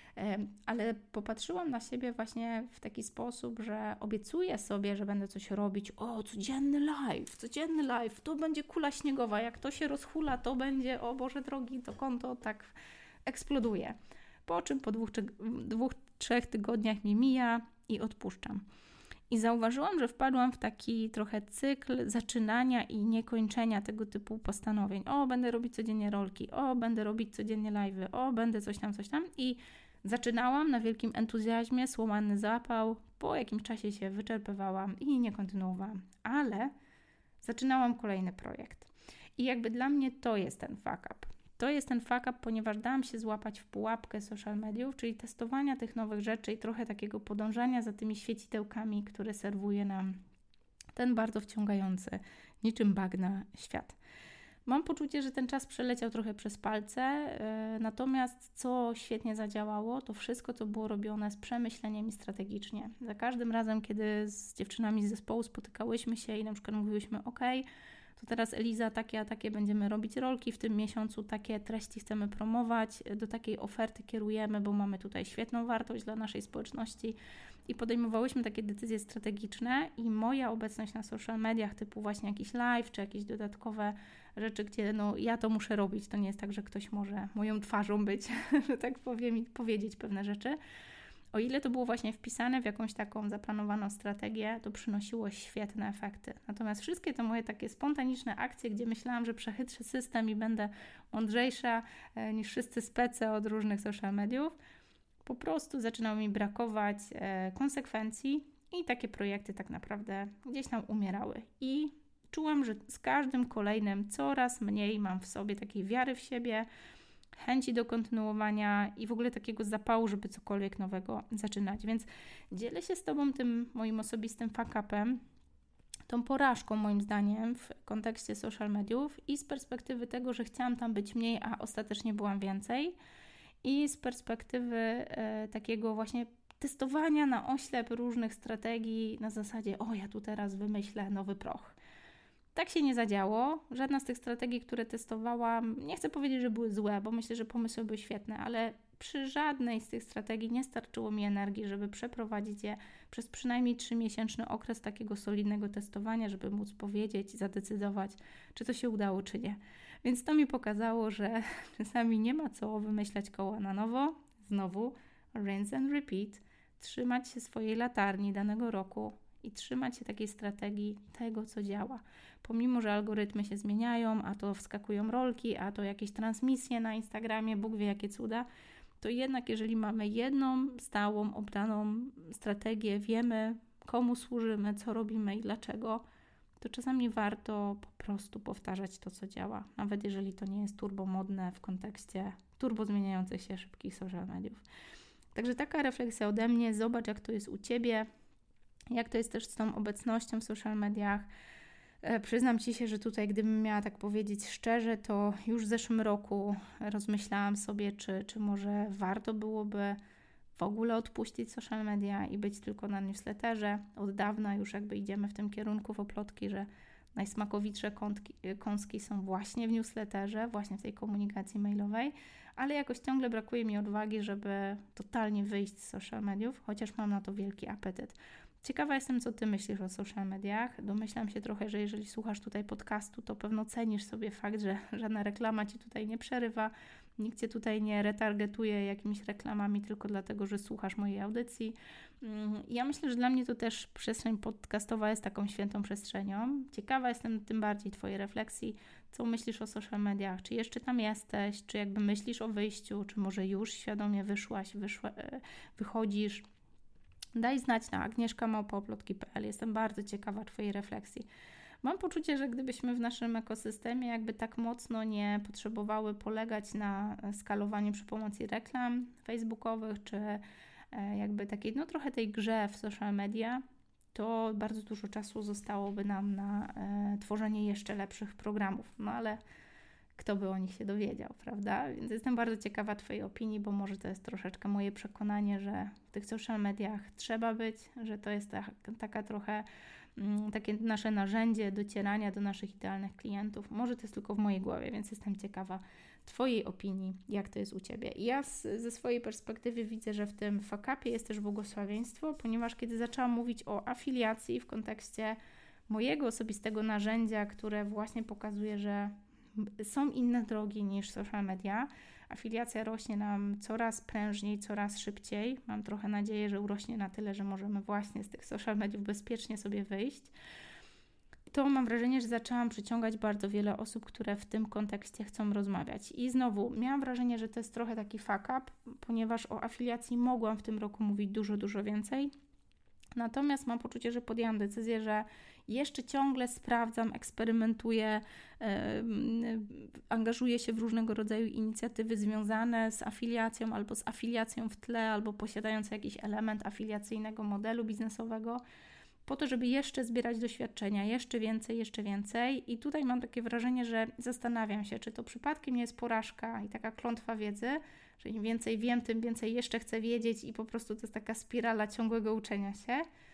Ale popatrzyłam na siebie właśnie w taki sposób, że obiecuję sobie, że będę coś robić. O, codzienny live, codzienny live, to będzie kula śniegowa. Jak to się rozhula, to będzie, o Boże drogi, to konto tak eksploduje. Po czym po dwóch, dwóch trzech tygodniach mi mija i odpuszczam. I zauważyłam, że wpadłam w taki trochę cykl zaczynania i niekończenia tego typu postanowień. O, będę robić codziennie rolki, o, będę robić codziennie live'y, o, będę coś tam, coś tam. I zaczynałam na wielkim entuzjazmie, słomany zapał, po jakimś czasie się wyczerpywałam i nie kontynuowałam. Ale zaczynałam kolejny projekt. I jakby dla mnie to jest ten fuck up. To jest ten fuck up, ponieważ dałam się złapać w pułapkę social mediów, czyli testowania tych nowych rzeczy i trochę takiego podążania za tymi świecidełkami, które serwuje nam ten bardzo wciągający, niczym bagna świat. Mam poczucie, że ten czas przeleciał trochę przez palce, yy, natomiast co świetnie zadziałało, to wszystko, co było robione z przemyśleniem i strategicznie. Za każdym razem, kiedy z dziewczynami z zespołu spotykałyśmy się i na przykład mówiłyśmy, ok, to teraz Eliza, takie a takie będziemy robić rolki w tym miesiącu, takie treści chcemy promować, do takiej oferty kierujemy, bo mamy tutaj świetną wartość dla naszej społeczności i podejmowałyśmy takie decyzje strategiczne i moja obecność na social mediach typu właśnie jakiś live, czy jakieś dodatkowe rzeczy, gdzie no ja to muszę robić, to nie jest tak, że ktoś może moją twarzą być, że tak powiem, i powiedzieć pewne rzeczy. O ile to było właśnie wpisane w jakąś taką zaplanowaną strategię, to przynosiło świetne efekty. Natomiast wszystkie te moje takie spontaniczne akcje, gdzie myślałam, że przechytrzę system i będę mądrzejsza e, niż wszyscy spece od różnych social mediów, po prostu zaczynało mi brakować e, konsekwencji i takie projekty tak naprawdę gdzieś tam umierały. I czułam, że z każdym kolejnym coraz mniej mam w sobie takiej wiary w siebie, chęci do kontynuowania i w ogóle takiego zapału, żeby cokolwiek nowego zaczynać. Więc dzielę się z Tobą tym moim osobistym fuck-upem, tą porażką moim zdaniem w kontekście social mediów i z perspektywy tego, że chciałam tam być mniej, a ostatecznie byłam więcej i z perspektywy e, takiego właśnie testowania na oślep różnych strategii na zasadzie o, ja tu teraz wymyślę nowy proch. Tak się nie zadziało. Żadna z tych strategii, które testowałam, nie chcę powiedzieć, że były złe, bo myślę, że pomysły były świetne, ale przy żadnej z tych strategii nie starczyło mi energii, żeby przeprowadzić je przez przynajmniej trzymiesięczny okres takiego solidnego testowania, żeby móc powiedzieć, zadecydować, czy to się udało, czy nie. Więc to mi pokazało, że czasami nie ma co wymyślać koła na nowo. Znowu, rinse and repeat, trzymać się swojej latarni danego roku i trzymać się takiej strategii tego, co działa. Pomimo, że algorytmy się zmieniają, a to wskakują rolki, a to jakieś transmisje na Instagramie, Bóg wie jakie cuda, to jednak jeżeli mamy jedną stałą, obraną strategię, wiemy komu służymy, co robimy i dlaczego, to czasami warto po prostu powtarzać to, co działa. Nawet jeżeli to nie jest turbo modne w kontekście turbo zmieniających się szybkich social mediów. Także taka refleksja ode mnie. Zobacz, jak to jest u Ciebie. Jak to jest też z tą obecnością w social mediach. E, przyznam Ci się, że tutaj gdybym miała tak powiedzieć szczerze, to już w zeszłym roku rozmyślałam sobie, czy, czy może warto byłoby w ogóle odpuścić social media i być tylko na newsletterze. Od dawna już jakby idziemy w tym kierunku w Oplotki, że najsmakowitsze kątki, kąski są właśnie w newsletterze, właśnie w tej komunikacji mailowej, ale jakoś ciągle brakuje mi odwagi, żeby totalnie wyjść z social mediów, chociaż mam na to wielki apetyt. Ciekawa jestem, co Ty myślisz o social mediach. Domyślam się trochę, że jeżeli słuchasz tutaj podcastu, to pewno cenisz sobie fakt, że żadna reklama Ci tutaj nie przerywa, nikt Cię tutaj nie retargetuje jakimiś reklamami tylko dlatego, że słuchasz mojej audycji. Ja myślę, że dla mnie to też przestrzeń podcastowa jest taką świętą przestrzenią. Ciekawa jestem tym bardziej Twojej refleksji, co myślisz o social mediach, czy jeszcze tam jesteś, czy jakby myślisz o wyjściu, czy może już świadomie wyszłaś, wyszła, wychodzisz. Daj znać na agnieszka małpa oplotki kropka p l. Jestem bardzo ciekawa Twojej refleksji. Mam poczucie, że gdybyśmy w naszym ekosystemie jakby tak mocno nie potrzebowały polegać na skalowaniu przy pomocy reklam facebookowych, czy jakby takiej, no trochę tej grze w social media, to bardzo dużo czasu zostałoby nam na e, tworzenie jeszcze lepszych programów. No ale kto by o nich się dowiedział, prawda? Więc jestem bardzo ciekawa Twojej opinii, bo może to jest troszeczkę moje przekonanie, że w tych social mediach trzeba być, że to jest ta, taka trochę mm, takie nasze narzędzie docierania do naszych idealnych klientów. Może to jest tylko w mojej głowie, więc jestem ciekawa Twojej opinii, jak to jest u Ciebie. I ja z, ze swojej perspektywy widzę, że w tym fuck-upie jest też błogosławieństwo, ponieważ kiedy zaczęłam mówić o afiliacji w kontekście mojego osobistego narzędzia, które właśnie pokazuje, że są inne drogi niż social media. Afiliacja rośnie nam coraz prężniej, coraz szybciej. Mam trochę nadzieję, że urośnie na tyle, że możemy właśnie z tych social mediów bezpiecznie sobie wyjść. To mam wrażenie, że zaczęłam przyciągać bardzo wiele osób, które w tym kontekście chcą rozmawiać. I znowu miałam wrażenie, że to jest trochę taki fuck up, ponieważ o afiliacji mogłam w tym roku mówić dużo, dużo więcej. Natomiast mam poczucie, że podjęłam decyzję, że jeszcze ciągle sprawdzam, eksperymentuję, yy, angażuję się w różnego rodzaju inicjatywy związane z afiliacją albo z afiliacją w tle, albo posiadając jakiś element afiliacyjnego modelu biznesowego, po to, żeby jeszcze zbierać doświadczenia, jeszcze więcej, jeszcze więcej. I tutaj mam takie wrażenie, że zastanawiam się, czy to przypadkiem nie jest porażka i taka klątwa wiedzy, że im więcej wiem, tym więcej jeszcze chcę wiedzieć i po prostu to jest taka spirala ciągłego uczenia się.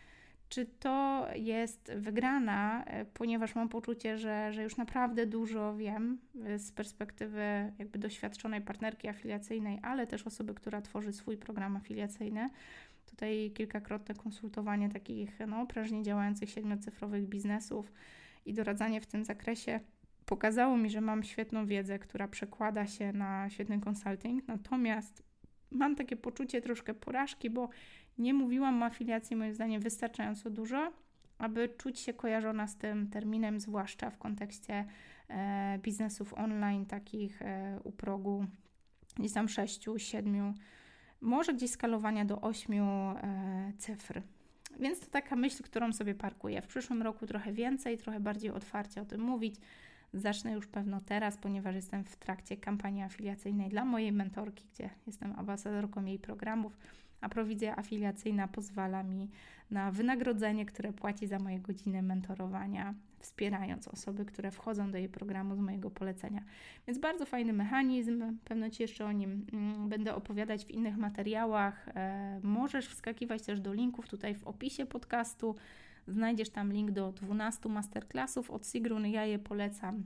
czy to jest wygrana, ponieważ mam poczucie, że, że już naprawdę dużo wiem z perspektywy jakby doświadczonej partnerki afiliacyjnej, ale też osoby, która tworzy swój program afiliacyjny. Tutaj kilkakrotne konsultowanie takich no, prężnie działających siedmiocyfrowych biznesów i doradzanie w tym zakresie pokazało mi, że mam świetną wiedzę, która przekłada się na świetny consulting, natomiast mam takie poczucie troszkę porażki, bo nie mówiłam o afiliacji moim zdaniem wystarczająco dużo, aby czuć się kojarzona z tym terminem, zwłaszcza w kontekście e, biznesów online, takich e, u progu gdzieś tam sześciu, siedmiu, może gdzieś skalowania do ośmiu e, cyfr. Więc to taka myśl, którą sobie parkuję. W przyszłym roku trochę więcej, trochę bardziej otwarcie o tym mówić. Zacznę już pewno teraz, ponieważ jestem w trakcie kampanii afiliacyjnej dla mojej mentorki, gdzie jestem ambasadorką jej programów, a prowizja afiliacyjna pozwala mi na wynagrodzenie, które płaci za moje godziny mentorowania, wspierając osoby, które wchodzą do jej programu z mojego polecenia. Więc bardzo fajny mechanizm, pewno Ci jeszcze o nim mm, będę opowiadać w innych materiałach. E, możesz wskakiwać też do linków tutaj w opisie podcastu. Znajdziesz tam link do dwunastu masterclassów od Sigrun. Ja je polecam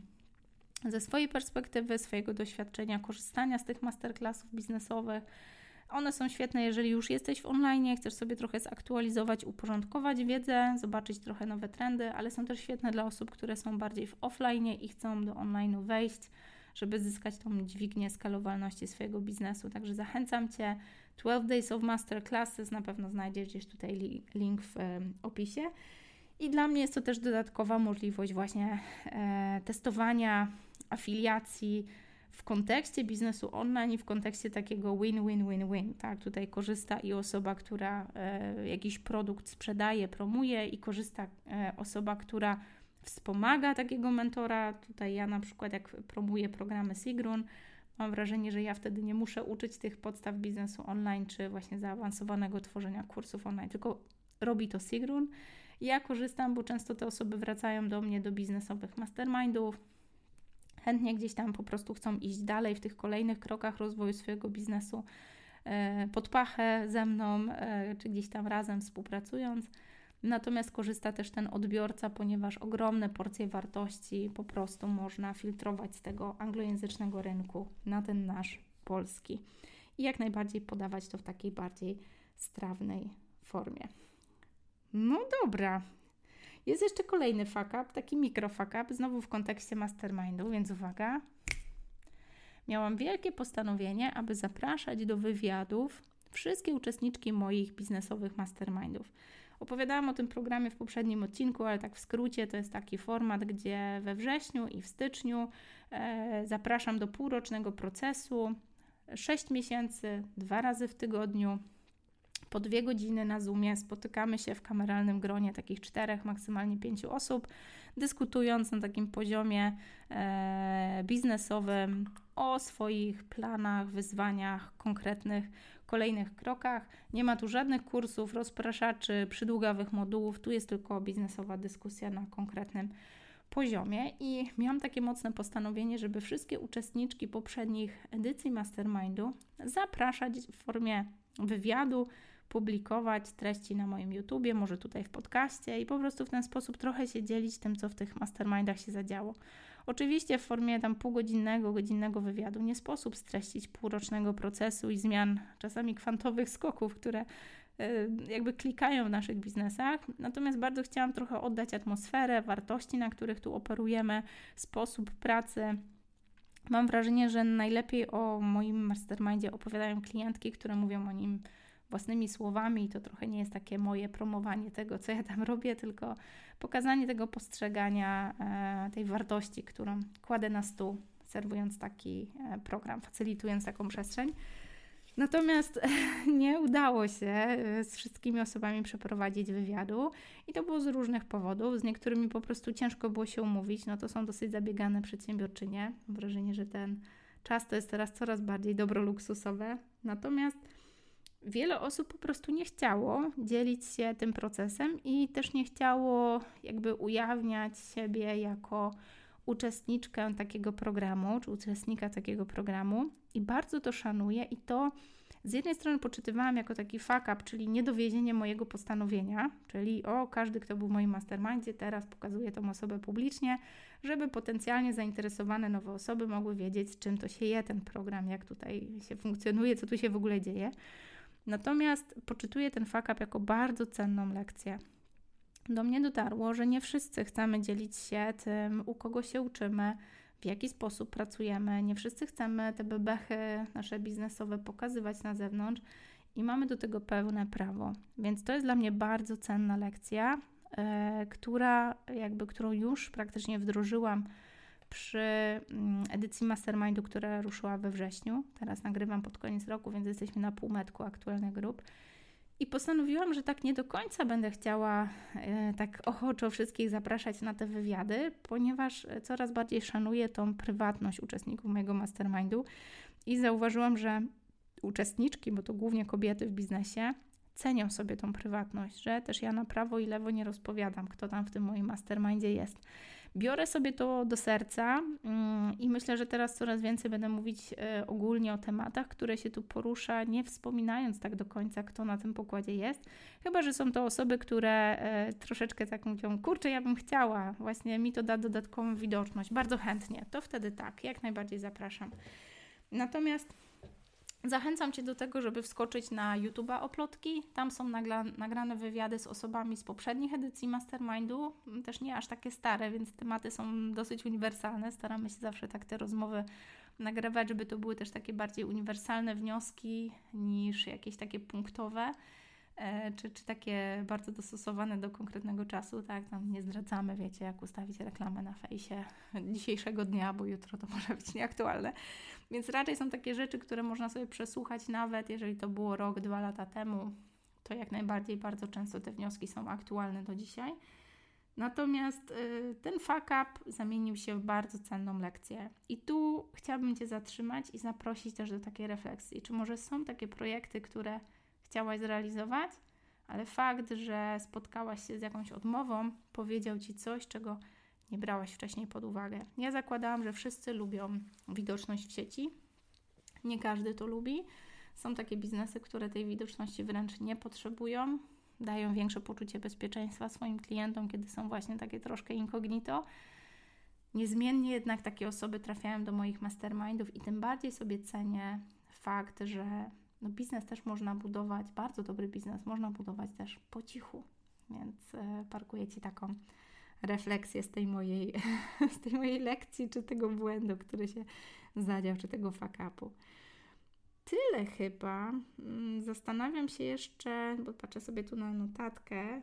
ze swojej perspektywy, swojego doświadczenia, korzystania z tych masterclassów biznesowych. One są świetne, jeżeli już jesteś w online, chcesz sobie trochę zaktualizować, uporządkować wiedzę, zobaczyć trochę nowe trendy, ale są też świetne dla osób, które są bardziej w offline i chcą do online'u wejść, żeby zyskać tą dźwignię skalowalności swojego biznesu. Także zachęcam Cię. twelve Days of Masterclasses, na pewno znajdziesz gdzieś tutaj li- link w e, opisie. I dla mnie jest to też dodatkowa możliwość właśnie e, testowania afiliacji w kontekście biznesu online i w kontekście takiego win-win-win-win. Tak? Tutaj korzysta i osoba, która e, jakiś produkt sprzedaje, promuje i korzysta e, osoba, która wspomaga takiego mentora. Tutaj ja na przykład jak promuję programy Sigrun, mam wrażenie, że ja wtedy nie muszę uczyć tych podstaw biznesu online, czy właśnie zaawansowanego tworzenia kursów online, tylko robi to Sigrun. Ja korzystam, bo często te osoby wracają do mnie do biznesowych mastermindów, chętnie gdzieś tam po prostu chcą iść dalej w tych kolejnych krokach rozwoju swojego biznesu pod pachę ze mną, czy gdzieś tam razem współpracując. Natomiast korzysta też ten odbiorca, ponieważ ogromne porcje wartości po prostu można filtrować z tego anglojęzycznego rynku na ten nasz polski. I jak najbardziej podawać to w takiej bardziej strawnej formie. No dobra. Jest jeszcze kolejny fuck up, taki mikro fuck up, znowu w kontekście mastermindu, więc uwaga. Miałam wielkie postanowienie, aby zapraszać do wywiadów wszystkie uczestniczki moich biznesowych mastermindów. Opowiadałam o tym programie w poprzednim odcinku, ale tak w skrócie to jest taki format, gdzie we wrześniu i w styczniu e, zapraszam do półrocznego procesu, sześć miesięcy, dwa razy w tygodniu, po dwie godziny na Zoomie spotykamy się w kameralnym gronie takich czterech, maksymalnie pięciu osób, dyskutując na takim poziomie e, biznesowym o swoich planach, wyzwaniach, konkretnych, kolejnych krokach. Nie ma tu żadnych kursów, rozpraszaczy, przydługawych modułów, tu jest tylko biznesowa dyskusja na konkretnym poziomie i miałam takie mocne postanowienie, żeby wszystkie uczestniczki poprzednich edycji Mastermindu zapraszać w formie wywiadu, publikować treści na moim YouTubie, może tutaj w podcaście i po prostu w ten sposób trochę się dzielić tym, co w tych mastermindach się zadziało. Oczywiście w formie tam półgodzinnego, godzinnego wywiadu nie sposób streścić półrocznego procesu i zmian, czasami kwantowych skoków, które jakby klikają w naszych biznesach. Natomiast bardzo chciałam trochę oddać atmosferę, wartości, na których tu operujemy, sposób pracy. Mam wrażenie, że najlepiej o moim mastermindzie opowiadają klientki, które mówią o nim własnymi słowami i to trochę nie jest takie moje promowanie tego, co ja tam robię, tylko pokazanie tego postrzegania, e, tej wartości, którą kładę na stół, serwując taki e, program, facylitując taką przestrzeń. Natomiast nie udało się z wszystkimi osobami przeprowadzić wywiadu i to było z różnych powodów. Z niektórymi po prostu ciężko było się umówić, no to są dosyć zabiegane przedsiębiorczynie. Mam wrażenie, że ten czas to jest teraz coraz bardziej dobro luksusowe. Natomiast wiele osób po prostu nie chciało dzielić się tym procesem i też nie chciało jakby ujawniać siebie jako uczestniczkę takiego programu, czy uczestnika takiego programu i bardzo to szanuję i to z jednej strony poczytywałam jako taki fuck up, czyli niedowiezienie mojego postanowienia, czyli o, każdy, kto był w moim mastermindzie, teraz pokazuje tą osobę publicznie, żeby potencjalnie zainteresowane nowe osoby mogły wiedzieć, z czym to się je ten program, jak tutaj się funkcjonuje, co tu się w ogóle dzieje. Natomiast poczytuję ten fuck up jako bardzo cenną lekcję. Do mnie dotarło, że nie wszyscy chcemy dzielić się tym, u kogo się uczymy, w jaki sposób pracujemy. Nie wszyscy chcemy te bebechy nasze biznesowe pokazywać na zewnątrz i mamy do tego pełne prawo. Więc to jest dla mnie bardzo cenna lekcja, yy, która jakby, którą już praktycznie wdrożyłam przy edycji Mastermindu, która ruszyła we wrześniu. Teraz nagrywam pod koniec roku, więc jesteśmy na półmetku aktualnych grup. I postanowiłam, że tak nie do końca będę chciała e, tak ochoczo wszystkich zapraszać na te wywiady, ponieważ coraz bardziej szanuję tą prywatność uczestników mojego mastermindu i zauważyłam, że uczestniczki, bo to głównie kobiety w biznesie, cenią sobie tą prywatność, że też ja na prawo i lewo nie rozpowiadam, kto tam w tym moim mastermindzie jest. Biorę sobie to do serca yy, i myślę, że teraz coraz więcej będę mówić yy, ogólnie o tematach, które się tu porusza, nie wspominając tak do końca, kto na tym pokładzie jest. Chyba że są to osoby, które yy, troszeczkę tak mówią, kurczę, ja bym chciała, właśnie mi to da dodatkową widoczność, bardzo chętnie. To wtedy tak, jak najbardziej zapraszam. Natomiast zachęcam Cię do tego, żeby wskoczyć na YouTube'a Oplotki. Tam są nagla- nagrane wywiady z osobami z poprzednich edycji Mastermindu, też nie aż takie stare, więc tematy są dosyć uniwersalne. Staramy się zawsze tak te rozmowy nagrywać, żeby to były też takie bardziej uniwersalne wnioski niż jakieś takie punktowe, e, czy, czy takie bardzo dostosowane do konkretnego czasu, tak? Tam nie zdradzamy, wiecie, jak ustawić reklamę na fejsie dzisiejszego dnia, bo jutro to może być nieaktualne. Więc raczej są takie rzeczy, które można sobie przesłuchać nawet, jeżeli to było rok, dwa lata temu, to jak najbardziej bardzo często te wnioski są aktualne do dzisiaj. Natomiast y, ten fuck up zamienił się w bardzo cenną lekcję. I tu chciałabym Cię zatrzymać i zaprosić też do takiej refleksji. Czy może są takie projekty, które chciałaś zrealizować, ale fakt, że spotkałaś się z jakąś odmową, powiedział Ci coś, czego nie brałaś wcześniej pod uwagę. Ja zakładałam, że wszyscy lubią widoczność w sieci. Nie każdy to lubi. Są takie biznesy, które tej widoczności wręcz nie potrzebują. Dają większe poczucie bezpieczeństwa swoim klientom, kiedy są właśnie takie troszkę incognito. Niezmiennie jednak takie osoby trafiają do moich mastermindów i tym bardziej sobie cenię fakt, że no biznes też można budować, bardzo dobry biznes można budować też po cichu. Więc e, parkuję Ci taką refleksję z tej mojej, z tej mojej lekcji, czy tego błędu, który się zadział, czy tego fuck upu. Tyle chyba. Zastanawiam się jeszcze, bo patrzę sobie tu na notatkę.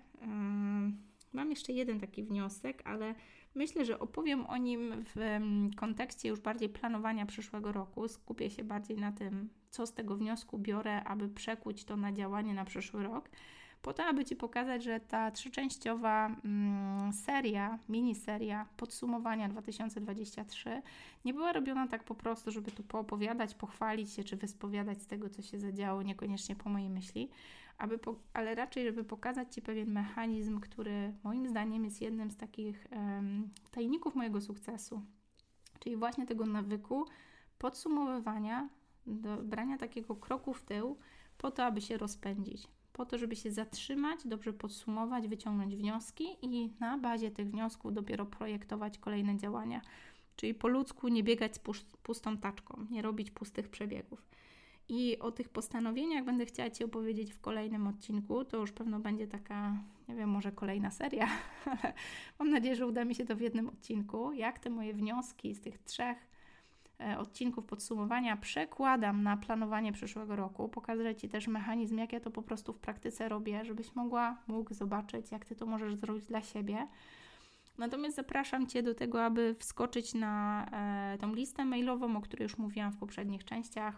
Mam jeszcze jeden taki wniosek, ale myślę, że opowiem o nim w kontekście już bardziej planowania przyszłego roku. Skupię się bardziej na tym, co z tego wniosku biorę, aby przekuć to na działanie na przyszły rok. Po to, aby Ci pokazać, że ta trzyczęściowa mm, seria, miniseria podsumowania dwa tysiące dwudziestego trzeciego nie była robiona tak po prostu, żeby tu poopowiadać, pochwalić się, czy wyspowiadać z tego, co się zadziało, niekoniecznie po mojej myśli, aby po, ale raczej, żeby pokazać Ci pewien mechanizm, który moim zdaniem jest jednym z takich um, tajników mojego sukcesu, czyli właśnie tego nawyku podsumowywania, do brania takiego kroku w tył, po to, aby się rozpędzić. Po to, żeby się zatrzymać, dobrze podsumować, wyciągnąć wnioski i na bazie tych wniosków dopiero projektować kolejne działania. Czyli po ludzku nie biegać z pustą taczką, nie robić pustych przebiegów. I o tych postanowieniach będę chciała Ci opowiedzieć w kolejnym odcinku. To już pewno będzie taka, nie wiem, może kolejna seria, ale mam nadzieję, że uda mi się to w jednym odcinku. Jak te moje wnioski z tych trzech odcinków podsumowania przekładam na planowanie przyszłego roku. Pokażę Ci też mechanizm, jak ja to po prostu w praktyce robię, żebyś mogła, mógł zobaczyć, jak Ty to możesz zrobić dla siebie. Natomiast zapraszam Cię do tego, aby wskoczyć na e, tą listę mailową, o której już mówiłam w poprzednich częściach.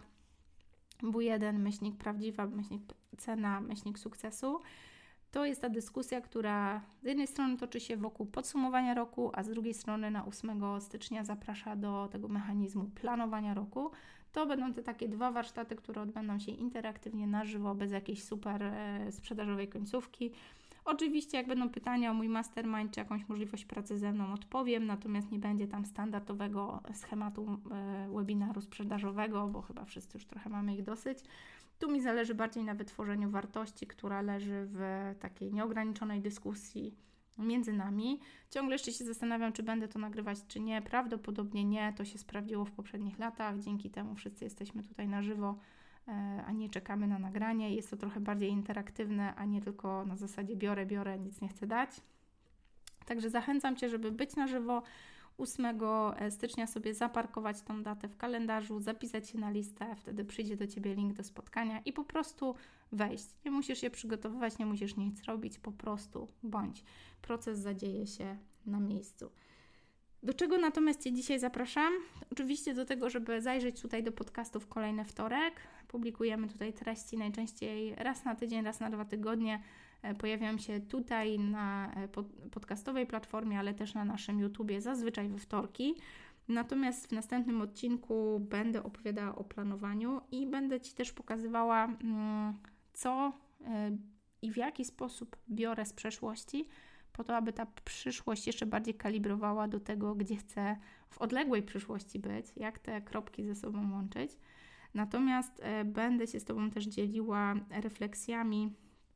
W jeden myślnik prawdziwa, myślnik cena, myślnik sukcesu. To jest ta dyskusja, która z jednej strony toczy się wokół podsumowania roku, a z drugiej strony na ósmego stycznia zaprasza do tego mechanizmu planowania roku. To będą te takie dwa warsztaty, które odbędą się interaktywnie na żywo, bez jakiejś super e, sprzedażowej końcówki. Oczywiście jak będą pytania o mój mastermind czy jakąś możliwość pracy ze mną, odpowiem, natomiast nie będzie tam standardowego schematu e, webinaru sprzedażowego, bo chyba wszyscy już trochę mamy ich dosyć. Tu mi zależy bardziej na wytworzeniu wartości, która leży w takiej nieograniczonej dyskusji między nami. Ciągle jeszcze się zastanawiam, czy będę to nagrywać, czy nie. Prawdopodobnie nie. To się sprawdziło w poprzednich latach. Dzięki temu wszyscy jesteśmy tutaj na żywo, a nie czekamy na nagranie. Jest to trochę bardziej interaktywne, a nie tylko na zasadzie biorę, biorę, nic nie chcę dać. Także zachęcam Cię, żeby być na żywo. ósmego stycznia sobie zaparkować tą datę w kalendarzu, zapisać się na listę, wtedy przyjdzie do Ciebie link do spotkania i po prostu wejść. Nie musisz się przygotowywać, nie musisz nic robić, po prostu bądź. Proces zadzieje się na miejscu. Do czego natomiast Cię dzisiaj zapraszam? Oczywiście do tego, żeby zajrzeć tutaj do podcastu w kolejny wtorek. Publikujemy tutaj treści najczęściej raz na tydzień, raz na dwa tygodnie. Pojawiam się tutaj na podcastowej platformie, ale też na naszym YouTubie, zazwyczaj we wtorki. Natomiast w następnym odcinku będę opowiadała o planowaniu i będę Ci też pokazywała, co i w jaki sposób biorę z przeszłości, po to, aby ta przyszłość jeszcze bardziej kalibrowała do tego, gdzie chcę w odległej przyszłości być, jak te kropki ze sobą łączyć. Natomiast będę się z Tobą też dzieliła refleksjami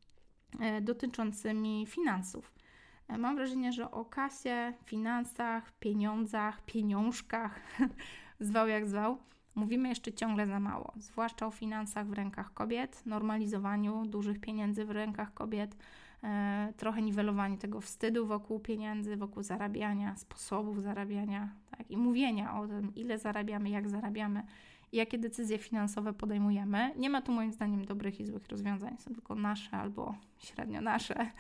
dotyczącymi finansów. Mam wrażenie, że o kasie, finansach, pieniądzach, pieniążkach, zwał jak zwał, mówimy jeszcze ciągle za mało. Zwłaszcza o finansach w rękach kobiet, normalizowaniu dużych pieniędzy w rękach kobiet, e, trochę niwelowaniu tego wstydu wokół pieniędzy, wokół zarabiania, sposobów zarabiania, tak? I mówienia o tym, ile zarabiamy, jak zarabiamy, i jakie decyzje finansowe podejmujemy. Nie ma tu moim zdaniem dobrych i złych rozwiązań, są tylko nasze albo średnio nasze,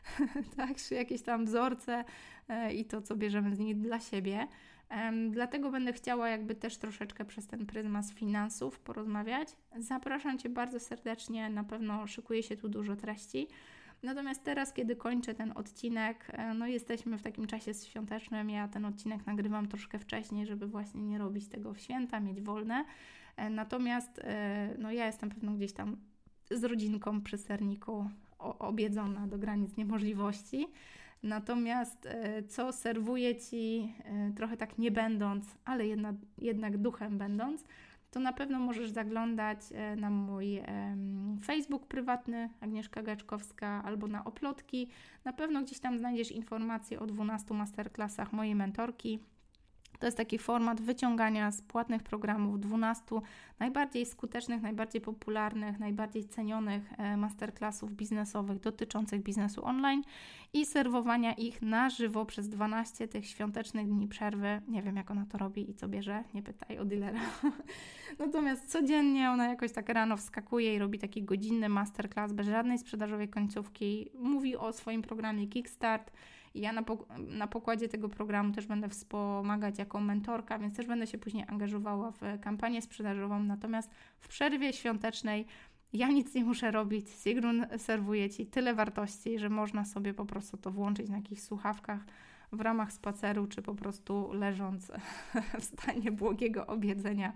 tak, czy jakieś tam wzorce e, i to, co bierzemy z nich dla siebie. E, dlatego będę chciała jakby też troszeczkę przez ten pryzmat finansów porozmawiać. Zapraszam Cię bardzo serdecznie, na pewno szykuje się tu dużo treści. Natomiast teraz, kiedy kończę ten odcinek, no jesteśmy w takim czasie świątecznym, ja ten odcinek nagrywam troszkę wcześniej, żeby właśnie nie robić tego w święta, mieć wolne. Natomiast no ja jestem pewno gdzieś tam z rodzinką przy serniku obiedzona do granic niemożliwości. Natomiast co serwuję Ci, trochę tak nie będąc, ale jednak, jednak duchem będąc, to na pewno możesz zaglądać na mój Facebook prywatny, Agnieszka Gaczkowska, albo na Oplotki. Na pewno gdzieś tam znajdziesz informacje o dwunastu masterclassach mojej mentorki. To jest taki format wyciągania z płatnych programów dwunastu najbardziej skutecznych, najbardziej popularnych, najbardziej cenionych masterclassów biznesowych dotyczących biznesu online i serwowania ich na żywo przez dwanaście tych świątecznych dni przerwy. Nie wiem, jak ona to robi i co bierze, nie pytaj o dealera. Natomiast codziennie ona jakoś tak rano wskakuje i robi taki godzinny masterclass bez żadnej sprzedażowej końcówki. Mówi o swoim programie Kickstart. I ja na, pok- na pokładzie tego programu też będę wspomagać jako mentorka, więc też będę się później angażowała w kampanię sprzedażową. Natomiast w przerwie świątecznej ja nic nie muszę robić. Sigrun serwuje Ci tyle wartości, że można sobie po prostu to włączyć na jakichś słuchawkach w ramach spaceru, czy po prostu leżąc w stanie błogiego obiedzenia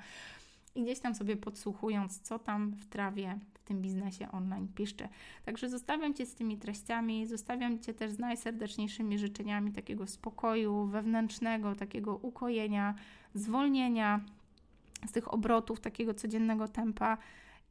i gdzieś tam sobie podsłuchując, co tam w trawie w tym biznesie online piszczy. Także zostawiam Cię z tymi treściami, zostawiam Cię też z najserdeczniejszymi życzeniami takiego spokoju wewnętrznego, takiego ukojenia, zwolnienia z tych obrotów, takiego codziennego tempa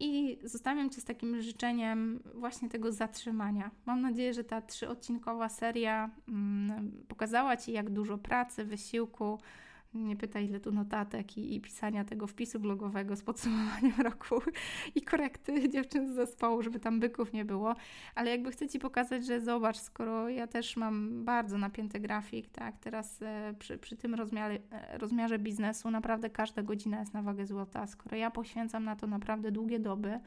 i zostawiam Cię z takim życzeniem właśnie tego zatrzymania. Mam nadzieję, że ta trzyodcinkowa seria mm, pokazała Ci, jak dużo pracy, wysiłku, nie pytaj, ile tu notatek i, i pisania tego wpisu blogowego z podsumowaniem roku i korekty dziewczyn z zespołu, żeby tam byków nie było. Ale jakby chcę Ci pokazać, że zobacz, skoro ja też mam bardzo napięty grafik, tak, teraz e, przy, przy tym rozmiarze, e, rozmiarze biznesu naprawdę każda godzina jest na wagę złota. Skoro ja poświęcam na to naprawdę długie doby,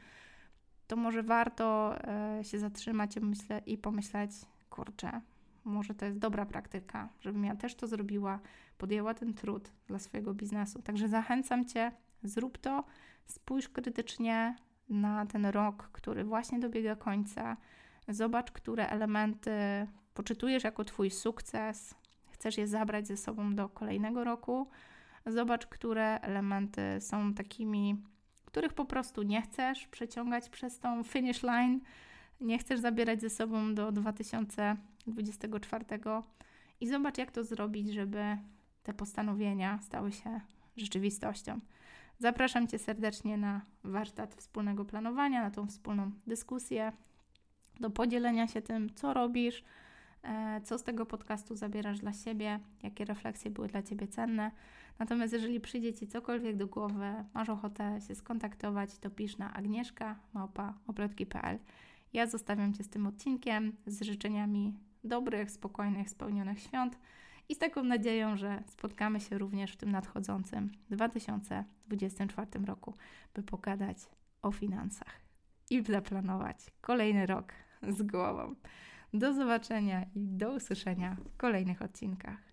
to może warto e, się zatrzymać i, myślę, i pomyśleć, kurczę, może to jest dobra praktyka, żebym ja też to zrobiła, podjęła ten trud dla swojego biznesu. Także zachęcam Cię, zrób to, spójrz krytycznie na ten rok, który właśnie dobiega końca. Zobacz, które elementy poczytujesz jako Twój sukces, chcesz je zabrać ze sobą do kolejnego roku. Zobacz, które elementy są takimi, których po prostu nie chcesz przeciągać przez tą finish line nie chcesz zabierać ze sobą do dwa tysiące dwudziestego czwartego i zobacz, jak to zrobić, żeby te postanowienia stały się rzeczywistością. Zapraszam Cię serdecznie na warsztat wspólnego planowania, na tą wspólną dyskusję, do podzielenia się tym, co robisz, co z tego podcastu zabierasz dla siebie, jakie refleksje były dla Ciebie cenne. Natomiast jeżeli przyjdzie Ci cokolwiek do głowy, masz ochotę się skontaktować, to pisz na agnieszka małpa oplotki kropka p l. Ja zostawiam Cię z tym odcinkiem, z życzeniami dobrych, spokojnych, spełnionych świąt i z taką nadzieją, że spotkamy się również w tym nadchodzącym dwa tysiące dwudziestym czwartym roku, by pogadać o finansach i zaplanować kolejny rok z głową. Do zobaczenia i do usłyszenia w kolejnych odcinkach.